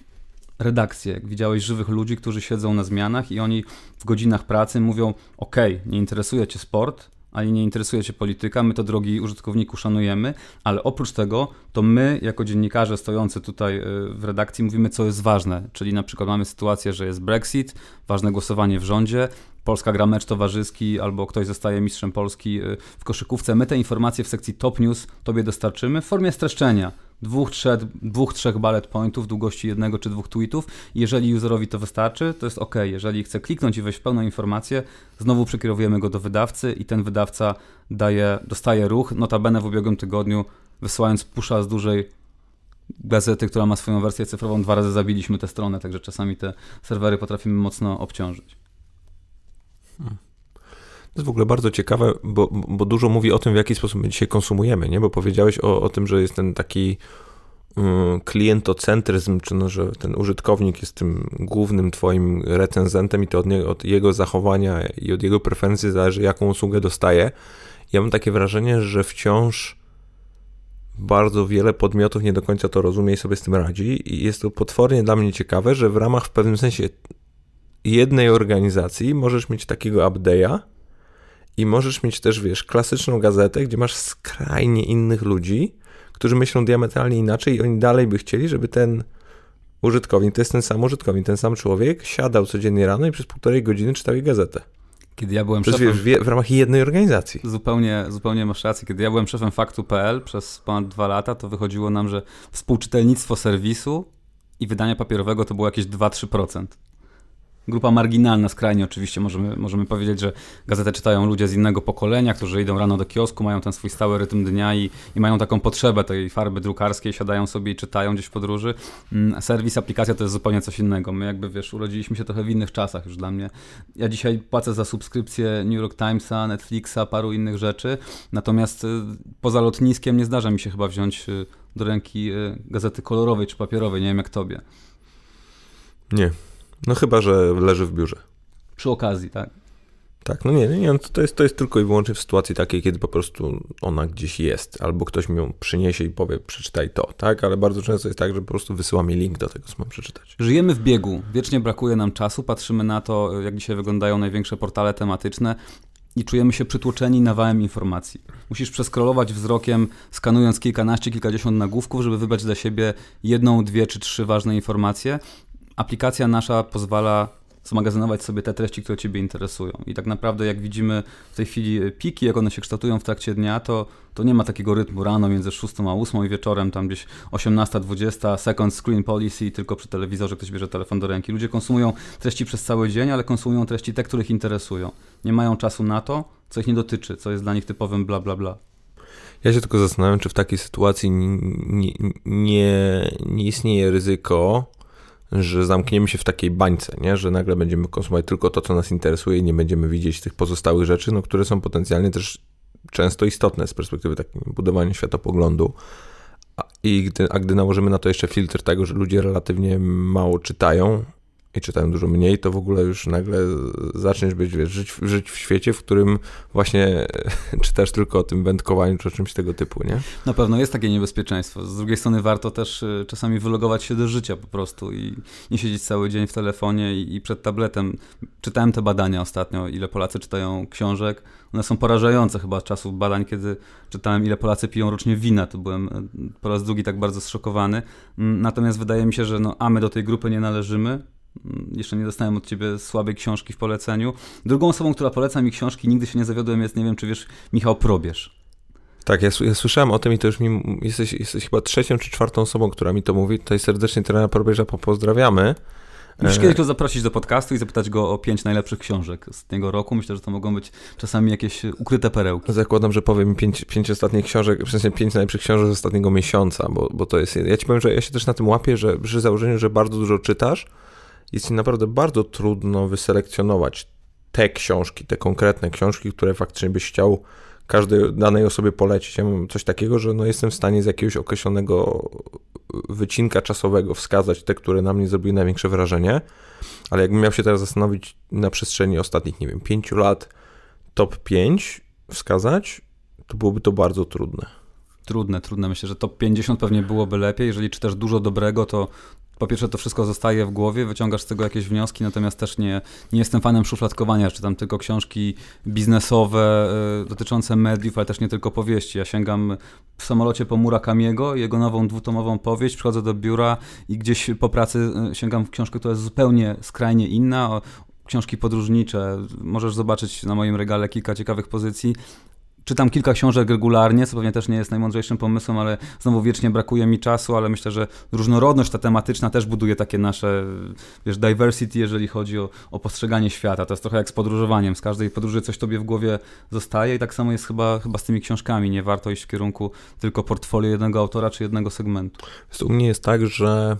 redakcję. Jak widziałeś żywych ludzi, którzy siedzą na zmianach i oni w godzinach pracy mówią: ok, nie interesuje cię sport, ani nie interesuje cię polityka, my to, drogi użytkowniku, szanujemy, ale oprócz tego to my, jako dziennikarze stojący tutaj w redakcji, mówimy, co jest ważne, czyli na przykład mamy sytuację, że jest Brexit, ważne głosowanie w rządzie, Polska gra mecz towarzyski albo ktoś zostaje mistrzem Polski w koszykówce. My te informacje w sekcji Top News tobie dostarczymy w formie streszczenia. Dwóch, trzech, dwóch, trzech bullet pointów, długości jednego czy dwóch tweetów. Jeżeli userowi to wystarczy, to jest ok. Jeżeli chce kliknąć i wejść w pełną informację, znowu przekierowujemy go do wydawcy i ten wydawca daje, dostaje ruch. Notabene w ubiegłym tygodniu, wysyłając pusha z dużej gazety, która ma swoją wersję cyfrową, dwa razy zabiliśmy tę stronę, także czasami te serwery potrafimy mocno obciążyć. Hmm. To jest w ogóle bardzo ciekawe, bo, bo dużo mówi o tym, w jaki sposób my dzisiaj konsumujemy, nie? Bo powiedziałeś o, o tym, że jest ten taki um, klientocentryzm, czy no, że ten użytkownik jest tym głównym twoim recenzentem i to od, niego, od jego zachowania i od jego preferencji zależy, jaką usługę dostaje. Ja mam takie wrażenie, że wciąż bardzo wiele podmiotów nie do końca to rozumie i sobie z tym radzi i jest to potwornie dla mnie ciekawe, że w ramach w pewnym sensie jednej organizacji możesz mieć takiego update'a i możesz mieć też, wiesz, klasyczną gazetę, gdzie masz skrajnie innych ludzi, którzy myślą diametralnie inaczej i oni dalej by chcieli, żeby ten użytkownik, to jest ten sam użytkownik, ten sam człowiek, siadał codziennie rano i przez półtorej godziny czytał jej gazetę. Kiedy ja byłem Przez, szefem... wiesz, w, w ramach jednej organizacji. Zupełnie, zupełnie masz rację. Kiedy ja byłem szefem faktu kropka pe el przez ponad dwa lata, to wychodziło nam, że współczytelnictwo serwisu i wydania papierowego to było jakieś dwa do trzech procent. Grupa marginalna skrajnie oczywiście, możemy, możemy powiedzieć, że gazetę czytają ludzie z innego pokolenia, którzy idą rano do kiosku, mają ten swój stały rytm dnia i, i mają taką potrzebę tej farby drukarskiej, siadają sobie i czytają gdzieś w podróży. Serwis, aplikacja to jest zupełnie coś innego. My jakby, wiesz, urodziliśmy się trochę w innych czasach już dla mnie. Ja dzisiaj płacę za subskrypcję New York Timesa, Netflixa, paru innych rzeczy, natomiast poza lotniskiem nie zdarza mi się chyba wziąć do ręki gazety kolorowej czy papierowej, nie wiem jak tobie. Nie. No chyba, że leży w biurze. Przy okazji, tak? Tak, no nie, nie, no to jest, to jest tylko i wyłącznie w sytuacji takiej, kiedy po prostu ona gdzieś jest, albo ktoś mi ją przyniesie i powie, przeczytaj to, tak? Ale bardzo często jest tak, że po prostu wysyła mi link do tego, co mam przeczytać. Żyjemy w biegu, wiecznie brakuje nam czasu, patrzymy na to, jak dzisiaj wyglądają największe portale tematyczne i czujemy się przytłoczeni nawałem informacji. Musisz przeskrolować wzrokiem, skanując kilkanaście, kilkadziesiąt nagłówków, żeby wybrać dla siebie jedną, dwie czy trzy ważne informacje. Aplikacja nasza pozwala zmagazynować sobie te treści, które ciebie interesują. I tak naprawdę jak widzimy w tej chwili piki, jak one się kształtują w trakcie dnia, to, to nie ma takiego rytmu rano między szóstą a ósmą i wieczorem tam gdzieś osiemnasta, dwudziesta, second screen policy, tylko przy telewizorze ktoś bierze telefon do ręki. Ludzie konsumują treści przez cały dzień, ale konsumują treści te, które ich interesują. Nie mają czasu na to, co ich nie dotyczy, co jest dla nich typowym bla bla bla. Ja się tylko zastanawiam, czy w takiej sytuacji nie, nie, nie istnieje ryzyko, że zamkniemy się w takiej bańce, nie? Że nagle będziemy konsumować tylko to, co nas interesuje i nie będziemy widzieć tych pozostałych rzeczy, no, które są potencjalnie też często istotne z perspektywy takiego budowania światopoglądu. A, i gdy, a gdy nałożymy na to jeszcze filtr tego, że ludzie relatywnie mało czytają i czytają dużo mniej, to w ogóle już nagle zaczniesz być, wiesz, żyć, żyć w świecie, w którym właśnie czytasz tylko o tym wędkowaniu czy o czymś tego typu, nie? Na pewno jest takie niebezpieczeństwo. Z drugiej strony warto też czasami wylogować się do życia po prostu i nie siedzieć cały dzień w telefonie i, i przed tabletem. Czytałem te badania ostatnio, ile Polacy czytają książek. One są porażające chyba z czasów badań, kiedy czytałem, ile Polacy piją rocznie wina. To byłem po raz drugi tak bardzo zszokowany. Natomiast wydaje mi się, że no, a my do tej grupy nie należymy. Jeszcze nie dostałem od ciebie słabej książki w poleceniu. Drugą osobą, która poleca mi książki, nigdy się nie zawiodłem, jest, nie wiem, czy wiesz, Michał Probierz. Tak, ja, ja słyszałem o tym i to już mi, jesteś, jesteś chyba trzecią czy czwartą osobą, która mi to mówi. Tutaj serdecznie trenera Probierza pozdrawiamy. Musisz kiedyś go zaprosić do podcastu i zapytać go o pięć najlepszych książek z tego roku. Myślę, że to mogą być czasami jakieś ukryte perełki. Zakładam, że powiem mi pięć, pięć ostatnich książek, w sensie pięć najlepszych książek z ostatniego miesiąca, bo, bo to jest... Ja ci powiem, że ja się też na tym łapię, że przy założeniu, że bardzo dużo czytasz, jest ci naprawdę bardzo trudno wyselekcjonować te książki, te konkretne książki, które faktycznie byś chciał każdej danej osobie polecić. Ja mam coś takiego, że no jestem w stanie z jakiegoś określonego wycinka czasowego wskazać te, które na mnie zrobiły największe wrażenie, ale jakbym miał się teraz zastanowić na przestrzeni ostatnich, nie wiem, pięciu lat top pięć wskazać, to byłoby to bardzo trudne. Trudne, trudne. Myślę, że top pięćdziesiąt pewnie byłoby lepiej. Jeżeli czytasz dużo dobrego, to po pierwsze to wszystko zostaje w głowie, wyciągasz z tego jakieś wnioski, natomiast też nie, nie jestem fanem szufladkowania, czytam tylko książki biznesowe y, dotyczące mediów, ale też nie tylko powieści. Ja sięgam w samolocie po Murakamiego, jego nową dwutomową powieść, przychodzę do biura i gdzieś po pracy y, sięgam w książkę, która jest zupełnie skrajnie inna, o, książki podróżnicze. Możesz zobaczyć na moim regale kilka ciekawych pozycji. Czytam kilka książek regularnie, co pewnie też nie jest najmądrzejszym pomysłem, ale znowu wiecznie brakuje mi czasu, ale myślę, że różnorodność ta tematyczna też buduje takie nasze, wiesz, diversity, jeżeli chodzi o, o postrzeganie świata. To jest trochę jak z podróżowaniem. Z każdej podróży coś tobie w głowie zostaje i tak samo jest chyba, chyba z tymi książkami. Nie warto iść w kierunku tylko portfolio jednego autora czy jednego segmentu. U mnie jest tak, że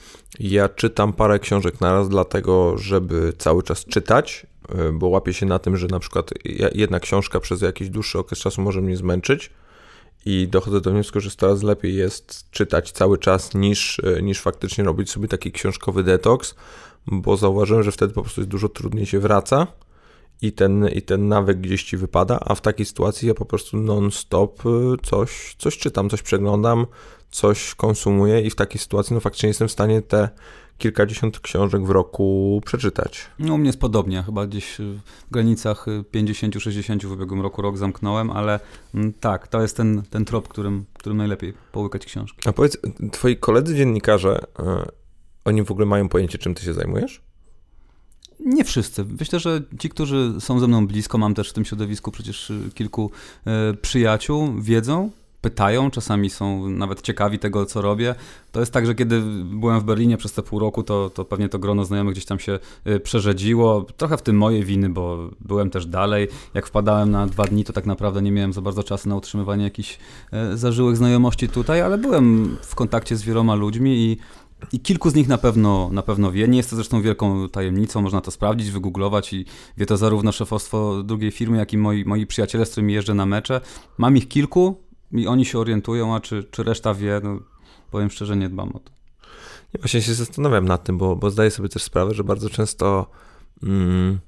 ja czytam parę książek naraz dlatego, żeby cały czas czytać, bo łapię się na tym, że na przykład jedna książka przez jakiś dłuższy okres czasu może mnie zmęczyć i dochodzę do wniosku, że coraz lepiej jest czytać cały czas niż, niż faktycznie robić sobie taki książkowy detoks, bo zauważyłem, że wtedy po prostu jest dużo trudniej się wraca i ten, i ten nawyk gdzieś ci wypada, a w takiej sytuacji ja po prostu non-stop coś, coś czytam, coś przeglądam, coś konsumuję i w takiej sytuacji no faktycznie jestem w stanie te kilkadziesiąt książek w roku przeczytać. No u mnie jest podobnie, chyba gdzieś w granicach pięćdziesiąt sześćdziesiąt w ubiegłym roku rok zamknąłem, ale tak, to jest ten, ten trop, którym, którym najlepiej połykać książki. A powiedz, twoi koledzy dziennikarze oni w ogóle mają pojęcie, czym ty się zajmujesz? Nie wszyscy. Myślę, że ci, którzy są ze mną blisko, mam też w tym środowisku przecież kilku e, przyjaciół, wiedzą, pytają, czasami są nawet ciekawi tego, co robię. To jest tak, że kiedy byłem w Berlinie przez te pół roku, to, to pewnie to grono znajomych gdzieś tam się y, przerzedziło. Trochę w tym mojej winy, bo byłem też dalej. Jak wpadałem na dwa dni, to tak naprawdę nie miałem za bardzo czasu na utrzymywanie jakichś y, zażyłych znajomości tutaj, ale byłem w kontakcie z wieloma ludźmi i I kilku z nich na pewno, na pewno wie. Nie jest to zresztą wielką tajemnicą, można to sprawdzić, wygooglować i wie to zarówno szefostwo drugiej firmy, jak i moi, moi przyjaciele, z którymi jeżdżę na mecze. Mam ich kilku i oni się orientują, a czy, czy reszta wie, no, powiem szczerze, nie dbam o to. Ja właśnie się zastanawiam nad tym, bo, bo zdaję sobie też sprawę, że bardzo często mm,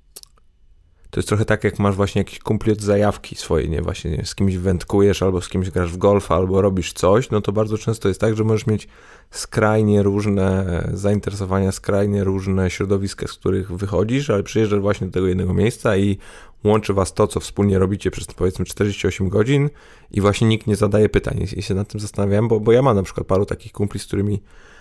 to jest trochę tak, jak masz właśnie jakiś kumpli od zajawki swojej, nie? Właśnie nie, z kimś wędkujesz, albo z kimś grasz w golfa, albo robisz coś, no to bardzo często jest tak, że możesz mieć skrajnie różne zainteresowania, skrajnie różne środowiska, z których wychodzisz, ale przyjeżdżasz właśnie do tego jednego miejsca i łączy was to, co wspólnie robicie przez powiedzmy czterdzieści osiem godzin i właśnie nikt nie zadaje pytań. I się nad tym zastanawiam, bo, bo ja mam na przykład paru takich kumpli, z którymi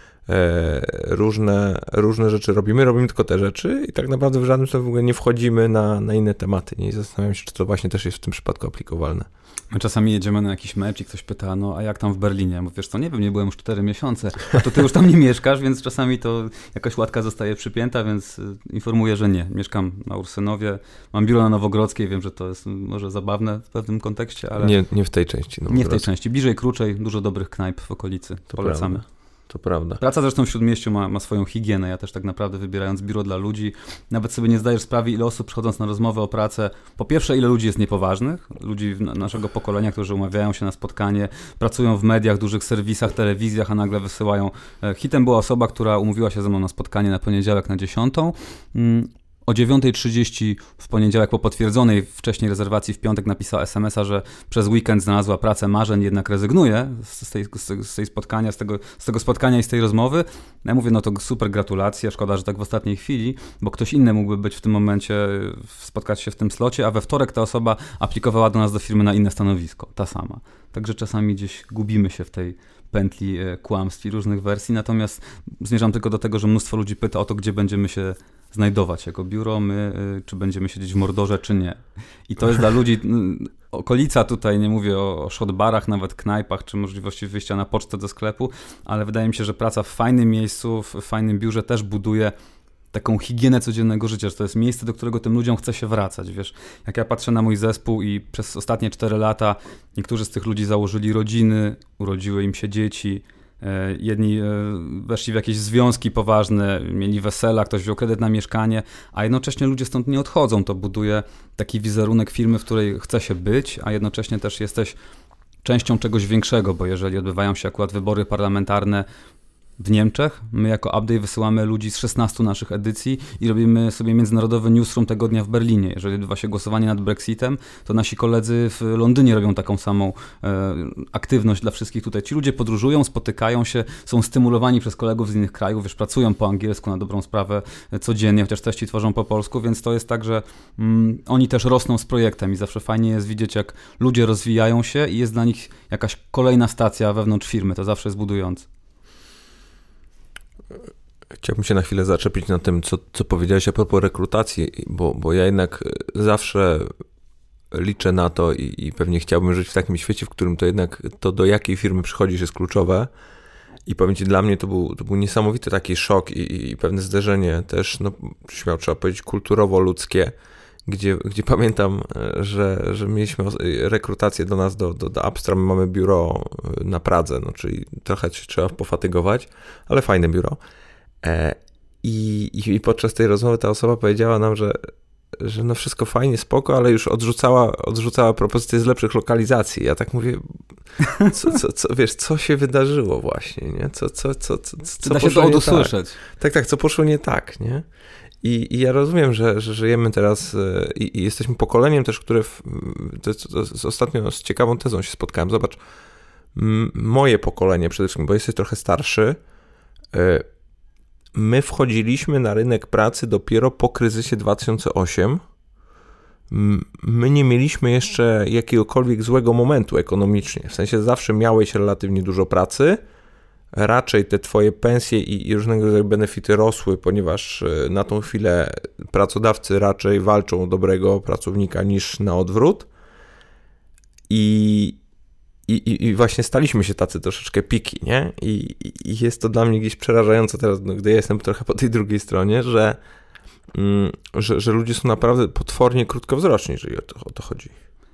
e, różne, różne rzeczy robimy, robimy tylko te rzeczy i tak naprawdę w żadnym w ogóle nie wchodzimy na, na inne tematy. Nie? I zastanawiam się, czy to właśnie też jest w tym przypadku aplikowalne. My czasami jedziemy na jakiś mecz i ktoś pyta, no a jak tam w Berlinie? Mówię, wiesz co, nie wiem, nie byłem już cztery miesiące, a to ty już tam nie mieszkasz, więc czasami to jakaś łatka zostaje przypięta, więc informuję, że nie. Mieszkam na Ursynowie, mam biuro na Nowogrodzkiej, wiem, że to jest może zabawne w pewnym kontekście, ale... Nie, nie w tej części. Nie w tej części. Bliżej, krócej, dużo dobrych knajp w okolicy. To polecamy. Prawda. To prawda. Praca zresztą w Śródmieściu ma, ma swoją higienę. Ja też tak naprawdę wybierając biuro dla ludzi, nawet sobie nie zdajesz sprawy, ile osób przychodząc na rozmowę o pracę, po pierwsze, ile ludzi jest niepoważnych, ludzi naszego pokolenia, którzy umawiają się na spotkanie, pracują w mediach, dużych serwisach, telewizjach, a nagle wysyłają. Hitem była osoba, która umówiła się ze mną na spotkanie na poniedziałek na dziesiątą. O dziewiąta trzydzieści w poniedziałek po potwierdzonej wcześniej rezerwacji w piątek napisała es em es a, że przez weekend znalazła pracę marzeń, jednak rezygnuje z tej, z tej spotkania, z tego, z tego spotkania i z tej rozmowy. Ja mówię, no to super, gratulacje, szkoda, że tak w ostatniej chwili, bo ktoś inny mógłby być w tym momencie, spotkać się w tym slocie, a we wtorek ta osoba aplikowała do nas do firmy na inne stanowisko, ta sama. Także czasami gdzieś gubimy się w tej pętli kłamstw i różnych wersji, natomiast zmierzam tylko do tego, że mnóstwo ludzi pyta o to, gdzie będziemy się znajdować jako biuro, my, czy będziemy siedzieć w Mordorze, czy nie. I to jest dla ludzi, okolica tutaj, nie mówię o, o shotbarach, nawet knajpach, czy możliwości wyjścia na pocztę do sklepu, ale wydaje mi się, że praca w fajnym miejscu, w fajnym biurze też buduje taką higienę codziennego życia, że to jest miejsce, do którego tym ludziom chce się wracać, wiesz. Jak ja patrzę na mój zespół i przez ostatnie cztery lata niektórzy z tych ludzi założyli rodziny, urodziły im się dzieci, jedni weszli w jakieś związki poważne, mieli wesela, ktoś wziął kredyt na mieszkanie, a jednocześnie ludzie stąd nie odchodzą. To buduje taki wizerunek firmy, w której chce się być, a jednocześnie też jesteś częścią czegoś większego, bo jeżeli odbywają się akurat wybory parlamentarne w Niemczech, my jako Update wysyłamy ludzi z szesnastu naszych edycji i robimy sobie międzynarodowy newsroom tego dnia w Berlinie. Jeżeli odbywa się głosowanie nad Brexitem, to nasi koledzy w Londynie robią taką samą e, aktywność dla wszystkich tutaj. Ci ludzie podróżują, spotykają się, są stymulowani przez kolegów z innych krajów, wiesz, pracują po angielsku na dobrą sprawę codziennie, chociaż treści tworzą po polsku, więc to jest tak, że mm, oni też rosną z projektem i zawsze fajnie jest widzieć, jak ludzie rozwijają się i jest dla nich jakaś kolejna stacja wewnątrz firmy. To zawsze jest budujące. Chciałbym się na chwilę zaczepić na tym, co, co powiedziałeś a propos rekrutacji, bo, bo ja jednak zawsze liczę na to i, i pewnie chciałbym żyć w takim świecie, w którym to jednak to, do jakiej firmy przychodzisz, jest kluczowe. I powiem ci, dla mnie to był, to był niesamowity taki szok i, i pewne zderzenie też, no śmiało trzeba powiedzieć, kulturowo-ludzkie, gdzie, gdzie pamiętam, że, że mieliśmy rekrutację do nas, do, do, do Upstream, mamy biuro na Pradze, no czyli trochę się trzeba pofatygować, ale fajne biuro. E, i, i podczas tej rozmowy ta osoba powiedziała nam, że, że no wszystko fajnie, spoko, ale już odrzucała, odrzucała propozycje z lepszych lokalizacji. Ja tak mówię, co, co, co, wiesz, co się wydarzyło właśnie, nie? Co, co, co, co, co da się to odusłyszeć. Tak, tak, tak, co poszło nie tak, nie? I, I ja rozumiem, że, że żyjemy teraz i, i jesteśmy pokoleniem też, które w, to, to, to ostatnio z ciekawą tezą się spotkałem. Zobacz, m, moje pokolenie przede wszystkim, bo jesteś trochę starszy, y, my wchodziliśmy na rynek pracy dopiero po kryzysie dwa tysiące ósmym. My nie mieliśmy jeszcze jakiegokolwiek złego momentu ekonomicznie. W sensie zawsze miałeś relatywnie dużo pracy, raczej te twoje pensje i, i różnego rodzaju benefity rosły, ponieważ na tą chwilę pracodawcy raczej walczą o dobrego pracownika niż na odwrót i, i, i właśnie staliśmy się tacy troszeczkę piki, nie? I, i jest to dla mnie gdzieś przerażające teraz, no, gdy ja jestem trochę po tej drugiej stronie, że, mm, że, że ludzie są naprawdę potwornie krótkowzroczni, jeżeli o to, o to chodzi.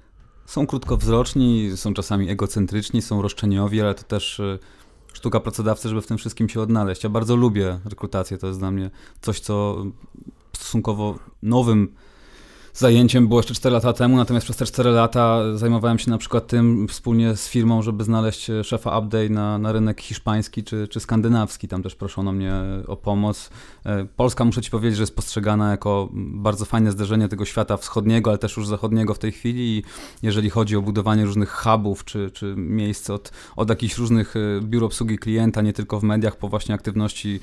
Są krótkowzroczni, są czasami egocentryczni, są roszczeniowi, ale to też sztuka pracodawcy, żeby w tym wszystkim się odnaleźć. Ja bardzo lubię rekrutację, to jest dla mnie coś, co stosunkowo nowym zajęciem było jeszcze cztery lata temu, natomiast przez te cztery lata zajmowałem się na przykład tym wspólnie z firmą, żeby znaleźć szefa update na, na rynek hiszpański czy, czy skandynawski. Tam też proszono mnie o pomoc. Polska, muszę ci powiedzieć, że jest postrzegana jako bardzo fajne zderzenie tego świata wschodniego, ale też już zachodniego w tej chwili i jeżeli chodzi o budowanie różnych hubów czy, czy miejsc od, od jakichś różnych biur obsługi klienta, nie tylko w mediach, po właśnie aktywności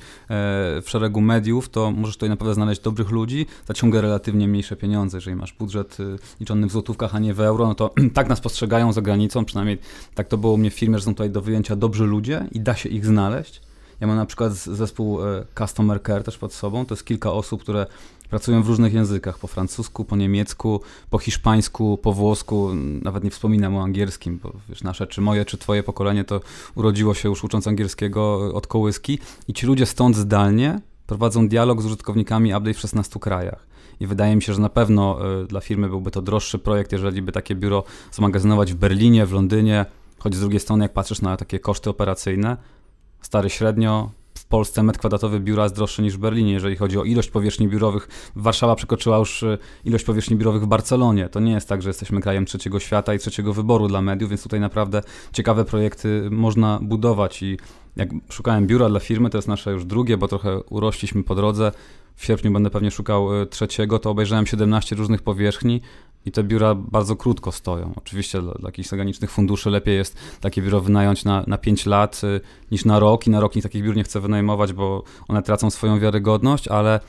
w szeregu mediów, to możesz tutaj naprawdę znaleźć dobrych ludzi za ciągle relatywnie mniejsze pieniądze. Jeżeli masz budżet liczony w złotówkach, a nie w euro, no to tak nas postrzegają za granicą, przynajmniej tak to było u mnie w firmie, że są tutaj do wyjęcia dobrzy ludzie i da się ich znaleźć. Ja mam na przykład zespół Customer Care też pod sobą, to jest kilka osób, które pracują w różnych językach, po francusku, po niemiecku, po hiszpańsku, po włosku, nawet nie wspominam o angielskim, bo wiesz, nasze, czy moje, czy twoje pokolenie to urodziło się już ucząc angielskiego od kołyski i ci ludzie stąd zdalnie prowadzą dialog z użytkownikami Update w szesnastu krajach. I wydaje mi się, że na pewno y, dla firmy byłby to droższy projekt, jeżeli by takie biuro zmagazynować w Berlinie, w Londynie, choć z drugiej strony jak patrzysz na takie koszty operacyjne, stary średnio w Polsce metr kwadratowy biura jest droższy niż w Berlinie, jeżeli chodzi o ilość powierzchni biurowych. Warszawa przekroczyła już ilość powierzchni biurowych w Barcelonie. To nie jest tak, że jesteśmy krajem trzeciego świata i trzeciego wyboru dla mediów, więc tutaj naprawdę ciekawe projekty można budować i jak szukałem biura dla firmy, to jest nasze już drugie, bo trochę urośliśmy po drodze. W sierpniu będę pewnie szukał trzeciego, to obejrzałem siedemnaście różnych powierzchni i te biura bardzo krótko stoją. Oczywiście dla, dla jakichś zagranicznych funduszy lepiej jest takie biuro wynająć na, na pięć lat y, niż na rok i na rok nikt takich biur nie chce wynajmować, bo one tracą swoją wiarygodność, ale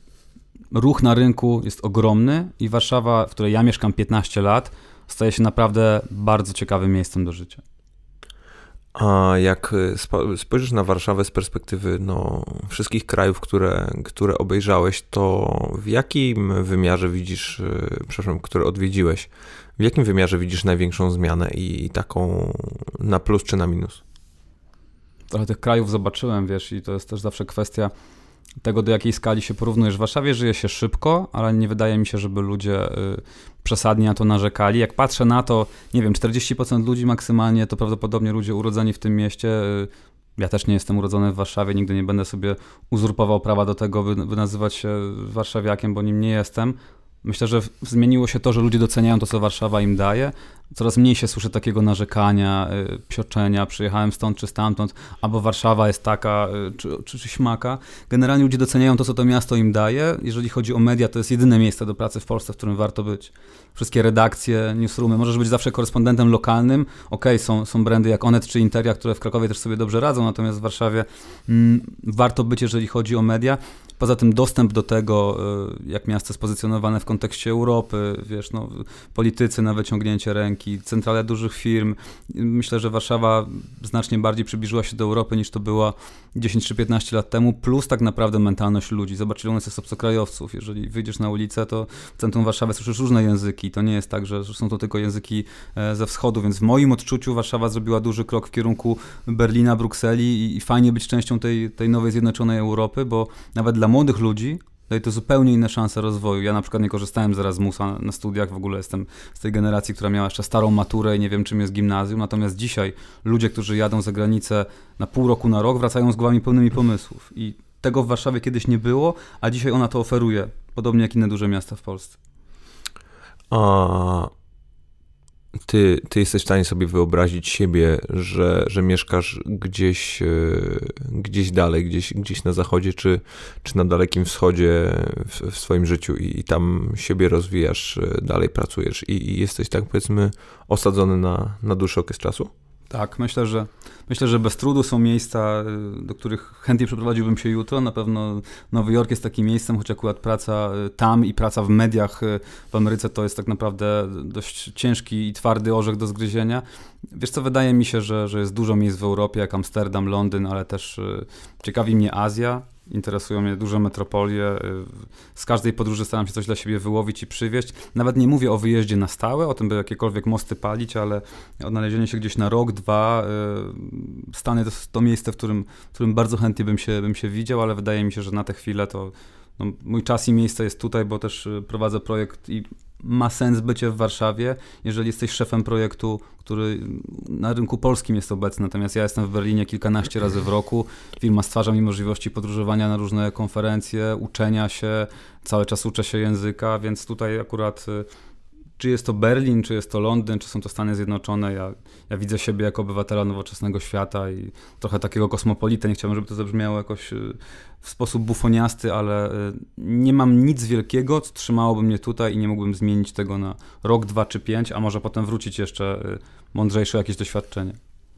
ruch na rynku jest ogromny i Warszawa, w której ja mieszkam piętnaście lat, staje się naprawdę bardzo ciekawym miejscem do życia. A jak spojrzysz na Warszawę z perspektywy no, wszystkich krajów, które, które obejrzałeś, to w jakim wymiarze widzisz, przepraszam, które odwiedziłeś, w jakim wymiarze widzisz największą zmianę i taką na plus czy na minus? Trochę tych krajów zobaczyłem, wiesz, i to jest też zawsze kwestia tego, do jakiej skali się porównujesz. W Warszawie żyje się szybko, ale nie wydaje mi się, żeby ludzie y, przesadnie na to narzekali. Jak patrzę na to, nie wiem, czterdzieści procent ludzi maksymalnie to prawdopodobnie ludzie urodzeni w tym mieście. Y, ja też nie jestem urodzony w Warszawie, nigdy nie będę sobie uzurpował prawa do tego, by, by nazywać się warszawiakiem, bo nim nie jestem. Myślę, że zmieniło się to, że ludzie doceniają to, co Warszawa im daje. Coraz mniej się słyszy takiego narzekania, y, psioczenia, przyjechałem stąd czy stamtąd, albo Warszawa jest taka, y, czy, czy, czy śmaka. Generalnie ludzie doceniają to, co to miasto im daje. Jeżeli chodzi o media, to jest jedyne miejsce do pracy w Polsce, w którym warto być. Wszystkie redakcje, newsroomy, możesz być zawsze korespondentem lokalnym. Okej, okay, są, są brandy jak Onet czy Interia, które w Krakowie też sobie dobrze radzą, natomiast w Warszawie mm, warto być, jeżeli chodzi o media. Poza tym dostęp do tego, jak miasto jest pozycjonowane w kontekście Europy, wiesz, no, politycy na wyciągnięcie ręki, centrale dużych firm. Myślę, że Warszawa znacznie bardziej przybliżyła się do Europy niż to była dziesięć czy piętnaście lat temu, plus tak naprawdę mentalność ludzi. Zobacz, ile u nas jest obcokrajowców. Jeżeli wyjdziesz na ulicę, to w centrum Warszawy słyszysz różne języki. To nie jest tak, że są to tylko języki ze wschodu, więc w moim odczuciu Warszawa zrobiła duży krok w kierunku Berlina, Brukseli i fajnie być częścią tej, tej nowej, zjednoczonej Europy, bo nawet dla młodych ludzi daje to zupełnie inne szanse rozwoju. Ja na przykład nie korzystałem z Erasmusa na studiach, w ogóle jestem z tej generacji, która miała jeszcze starą maturę i nie wiem, czym jest gimnazjum, natomiast dzisiaj ludzie, którzy jadą za granicę na pół roku, na rok, wracają z głowami pełnymi pomysłów i tego w Warszawie kiedyś nie było, a dzisiaj ona to oferuje, podobnie jak inne duże miasta w Polsce. A ty, ty jesteś w stanie sobie wyobrazić siebie, że, że mieszkasz gdzieś, gdzieś dalej, gdzieś, gdzieś na zachodzie, czy, czy na Dalekim Wschodzie w, w swoim życiu i, i tam siebie rozwijasz, dalej pracujesz i, i jesteś tak, powiedzmy, osadzony na, na dłuższy okres czasu? Tak, myślę, że myślę, że bez trudu są miejsca, do których chętnie przeprowadziłbym się jutro. Na pewno Nowy Jork jest takim miejscem, choć akurat praca tam i praca w mediach w Ameryce to jest tak naprawdę dość ciężki i twardy orzech do zgryzienia. Wiesz co, wydaje mi się, że, że jest dużo miejsc w Europie, jak Amsterdam, Londyn, ale też ciekawi mnie Azja. Interesują mnie duże metropolie. Z każdej podróży staram się coś dla siebie wyłowić i przywieźć. Nawet nie mówię o wyjeździe na stałe, o tym, by jakiekolwiek mosty palić, ale odnalezienie się gdzieś na rok, dwa. Stany to jest to miejsce, w którym, w którym bardzo chętnie bym się, bym się widział, ale wydaje mi się, że na tę chwilę to no, mój czas i miejsce jest tutaj, bo też prowadzę projekt i ma sens bycie w Warszawie, jeżeli jesteś szefem projektu, który na rynku polskim jest obecny, natomiast ja jestem w Berlinie kilkanaście razy w roku. Firma stwarza mi możliwości podróżowania na różne konferencje, uczenia się, cały czas uczę się języka, więc tutaj akurat czy jest to Berlin, czy jest to Londyn, czy są to Stany Zjednoczone, ja, ja widzę siebie jako obywatela nowoczesnego świata i trochę takiego kosmopolita. Nie chciałbym, żeby to zabrzmiało jakoś w sposób bufoniasty, ale nie mam nic wielkiego, co trzymałoby mnie tutaj i nie mógłbym zmienić tego na rok, dwa czy pięć, a może potem wrócić jeszcze mądrzejsze jakieś doświadczenie.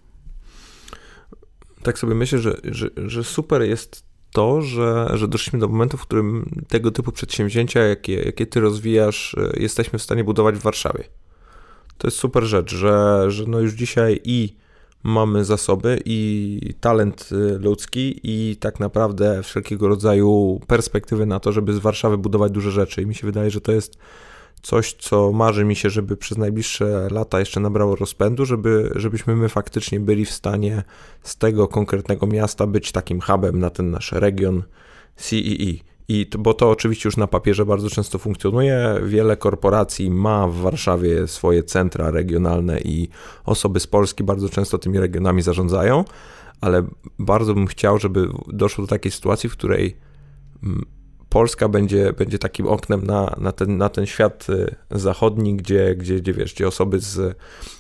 Tak sobie myślę, że, że, że super jest to, że, że doszliśmy do momentu, w którym tego typu przedsięwzięcia, jakie, jakie ty rozwijasz, jesteśmy w stanie budować w Warszawie. To jest super rzecz, że, że no już dzisiaj i mamy zasoby, i talent ludzki, i tak naprawdę wszelkiego rodzaju perspektywy na to, żeby z Warszawy budować duże rzeczy. I mi się wydaje, że to jest coś, co marzy mi się, żeby przez najbliższe lata jeszcze nabrało rozpędu, żeby, żebyśmy my faktycznie byli w stanie z tego konkretnego miasta być takim hubem na ten nasz region C E E. I to, bo to oczywiście już na papierze bardzo często funkcjonuje. Wiele korporacji ma w Warszawie swoje centra regionalne i osoby z Polski bardzo często tymi regionami zarządzają, ale bardzo bym chciał, żeby doszło do takiej sytuacji, w której Polska będzie, będzie takim oknem na, na, ten, na ten świat zachodni, gdzie, gdzie, gdzie, wiesz, gdzie osoby z,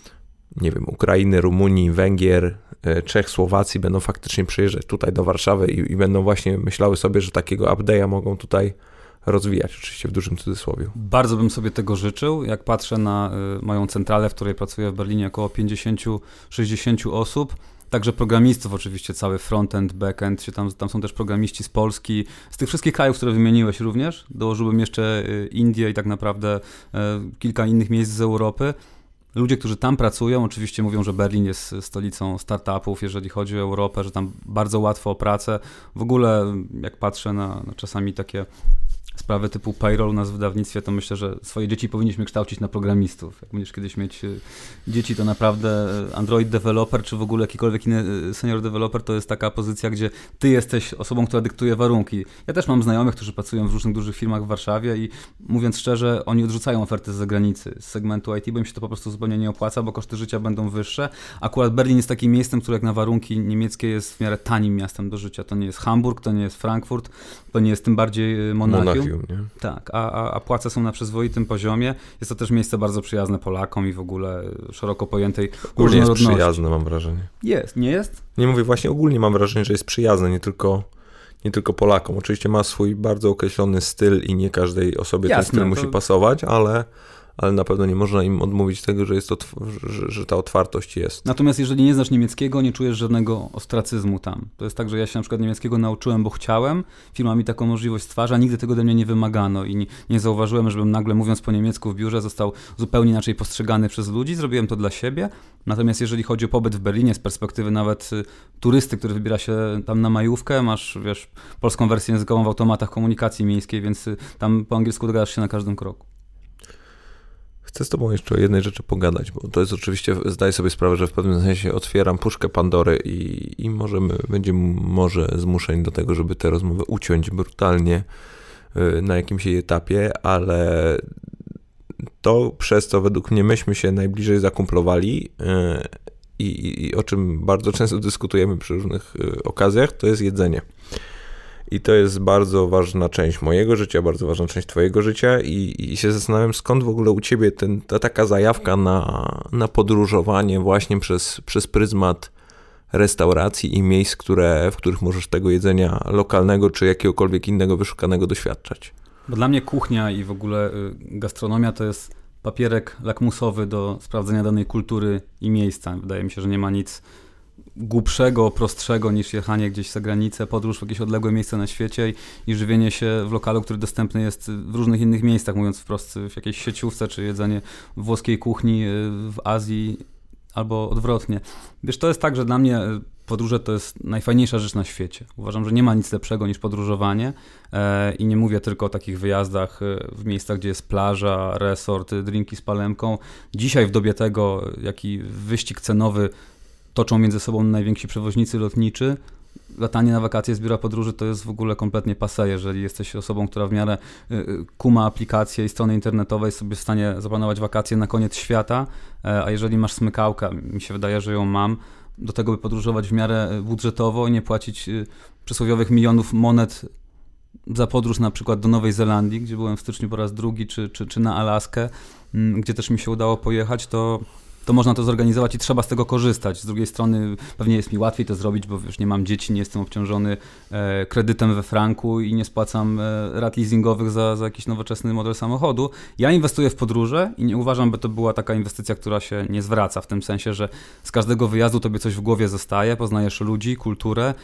nie wiem, Ukrainy, Rumunii, Węgier, Czech, Słowacji będą faktycznie przyjeżdżać tutaj do Warszawy i, i będą właśnie myślały sobie, że takiego update'a mogą tutaj rozwijać, oczywiście w dużym cudzysłowie. Bardzo bym sobie tego życzył. Jak patrzę na y, moją centralę, w której pracuję w Berlinie, około pięćdziesiąt do sześćdziesięciu osób, także programistów oczywiście, cały frontend, backend, tam, tam są też programiści z Polski, z tych wszystkich krajów, które wymieniłeś również, dołożyłbym jeszcze Indię i tak naprawdę e, kilka innych miejsc z Europy. Ludzie, którzy tam pracują, oczywiście mówią, że Berlin jest stolicą startupów, jeżeli chodzi o Europę, że tam bardzo łatwo o pracę. W ogóle jak patrzę na, na czasami takie sprawy typu payroll u nas w wydawnictwie, to myślę, że swoje dzieci powinniśmy kształcić na programistów. Jak będziesz kiedyś mieć dzieci, to naprawdę Android developer, czy w ogóle jakikolwiek inny senior developer, to jest taka pozycja, gdzie ty jesteś osobą, która dyktuje warunki. Ja też mam znajomych, którzy pracują w różnych dużych firmach w Warszawie i mówiąc szczerze, oni odrzucają oferty z zagranicy, z segmentu I T, bo im się to po prostu zupełnie nie opłaca, bo koszty życia będą wyższe. Akurat Berlin jest takim miejscem, które jak na warunki niemieckie jest w miarę tanim miastem do życia. To nie jest Hamburg, to nie jest Frankfurt, to nie jest tym bardziej Monachium. Nie? Tak, a, a, a płace są na przyzwoitym poziomie. Jest to też miejsce bardzo przyjazne Polakom i w ogóle szeroko pojętej ogólnie jest różnorodności. przyjazne, mam wrażenie. Jest, nie jest? Nie mówię, właśnie ogólnie mam wrażenie, że jest przyjazne, nie tylko, nie tylko Polakom. Oczywiście ma swój bardzo określony styl i nie każdej osobie Jasne, ten styl to... musi pasować, ale... ale na pewno nie można im odmówić tego, że, jest to, że, że ta otwartość jest. Natomiast jeżeli nie znasz niemieckiego, nie czujesz żadnego ostracyzmu tam. To jest tak, że ja się na przykład niemieckiego nauczyłem, bo chciałem, firma mi taką możliwość stwarza, nigdy tego ode mnie nie wymagano i nie, nie zauważyłem, żebym nagle mówiąc po niemiecku w biurze został zupełnie inaczej postrzegany przez ludzi, zrobiłem to dla siebie. Natomiast jeżeli chodzi o pobyt w Berlinie z perspektywy nawet y, turysty, który wybiera się tam na majówkę, masz, wiesz, polską wersję językową w automatach komunikacji miejskiej, więc y, tam po angielsku dogadasz się na każdym kroku. Chcę z tobą jeszcze o jednej rzeczy pogadać, bo to jest oczywiście, zdaję sobie sprawę, że w pewnym sensie otwieram puszkę Pandory i, i możemy, będziemy może zmuszeni do tego, żeby tę rozmowę uciąć brutalnie na jakimś jej etapie, ale to przez co według mnie myśmy się najbliżej zakumplowali i, i, i o czym bardzo często dyskutujemy przy różnych okazjach, to jest jedzenie. I to jest bardzo ważna część mojego życia, bardzo ważna część twojego życia i, i się zastanawiam, skąd w ogóle u ciebie ten, ta taka zajawka na, na podróżowanie właśnie przez, przez pryzmat restauracji i miejsc, które, w których możesz tego jedzenia lokalnego czy jakiegokolwiek innego wyszukanego doświadczać. Bo dla mnie kuchnia i w ogóle gastronomia to jest papierek lakmusowy do sprawdzenia danej kultury i miejsca. Wydaje mi się, że nie ma nic głupszego, prostszego niż jechanie gdzieś za granicę, podróż w jakieś odległe miejsce na świecie i, i żywienie się w lokalu, który dostępny jest w różnych innych miejscach, mówiąc wprost, w jakiejś sieciówce, czy jedzenie w włoskiej kuchni w Azji albo odwrotnie. Wiesz, to jest tak, że dla mnie podróże to jest najfajniejsza rzecz na świecie. Uważam, że nie ma nic lepszego niż podróżowanie e, i nie mówię tylko o takich wyjazdach w miejscach, gdzie jest plaża, resort, drinki z palemką. Dzisiaj w dobie tego, jaki wyścig cenowy toczą między sobą najwięksi przewoźnicy lotniczy, latanie na wakacje z biura podróży to jest w ogóle kompletnie passé. Jeżeli jesteś osobą, która w miarę kuma aplikacje i strony internetowej, sobie w stanie zaplanować wakacje na koniec świata, a jeżeli masz smykałkę, mi się wydaje, że ją mam, do tego by podróżować w miarę budżetowo i nie płacić przysłowiowych milionów monet za podróż na przykład do Nowej Zelandii, gdzie byłem w styczniu po raz drugi, czy, czy, czy na Alaskę, gdzie też mi się udało pojechać, to to można to zorganizować i trzeba z tego korzystać. Z drugiej strony pewnie jest mi łatwiej to zrobić, bo już nie mam dzieci, nie jestem obciążony e, kredytem we franku i nie spłacam e, rat leasingowych za, za jakiś nowoczesny model samochodu. Ja inwestuję w podróże i nie uważam, by to była taka inwestycja, która się nie zwraca, w tym sensie, że z każdego wyjazdu tobie coś w głowie zostaje, poznajesz ludzi, kulturę,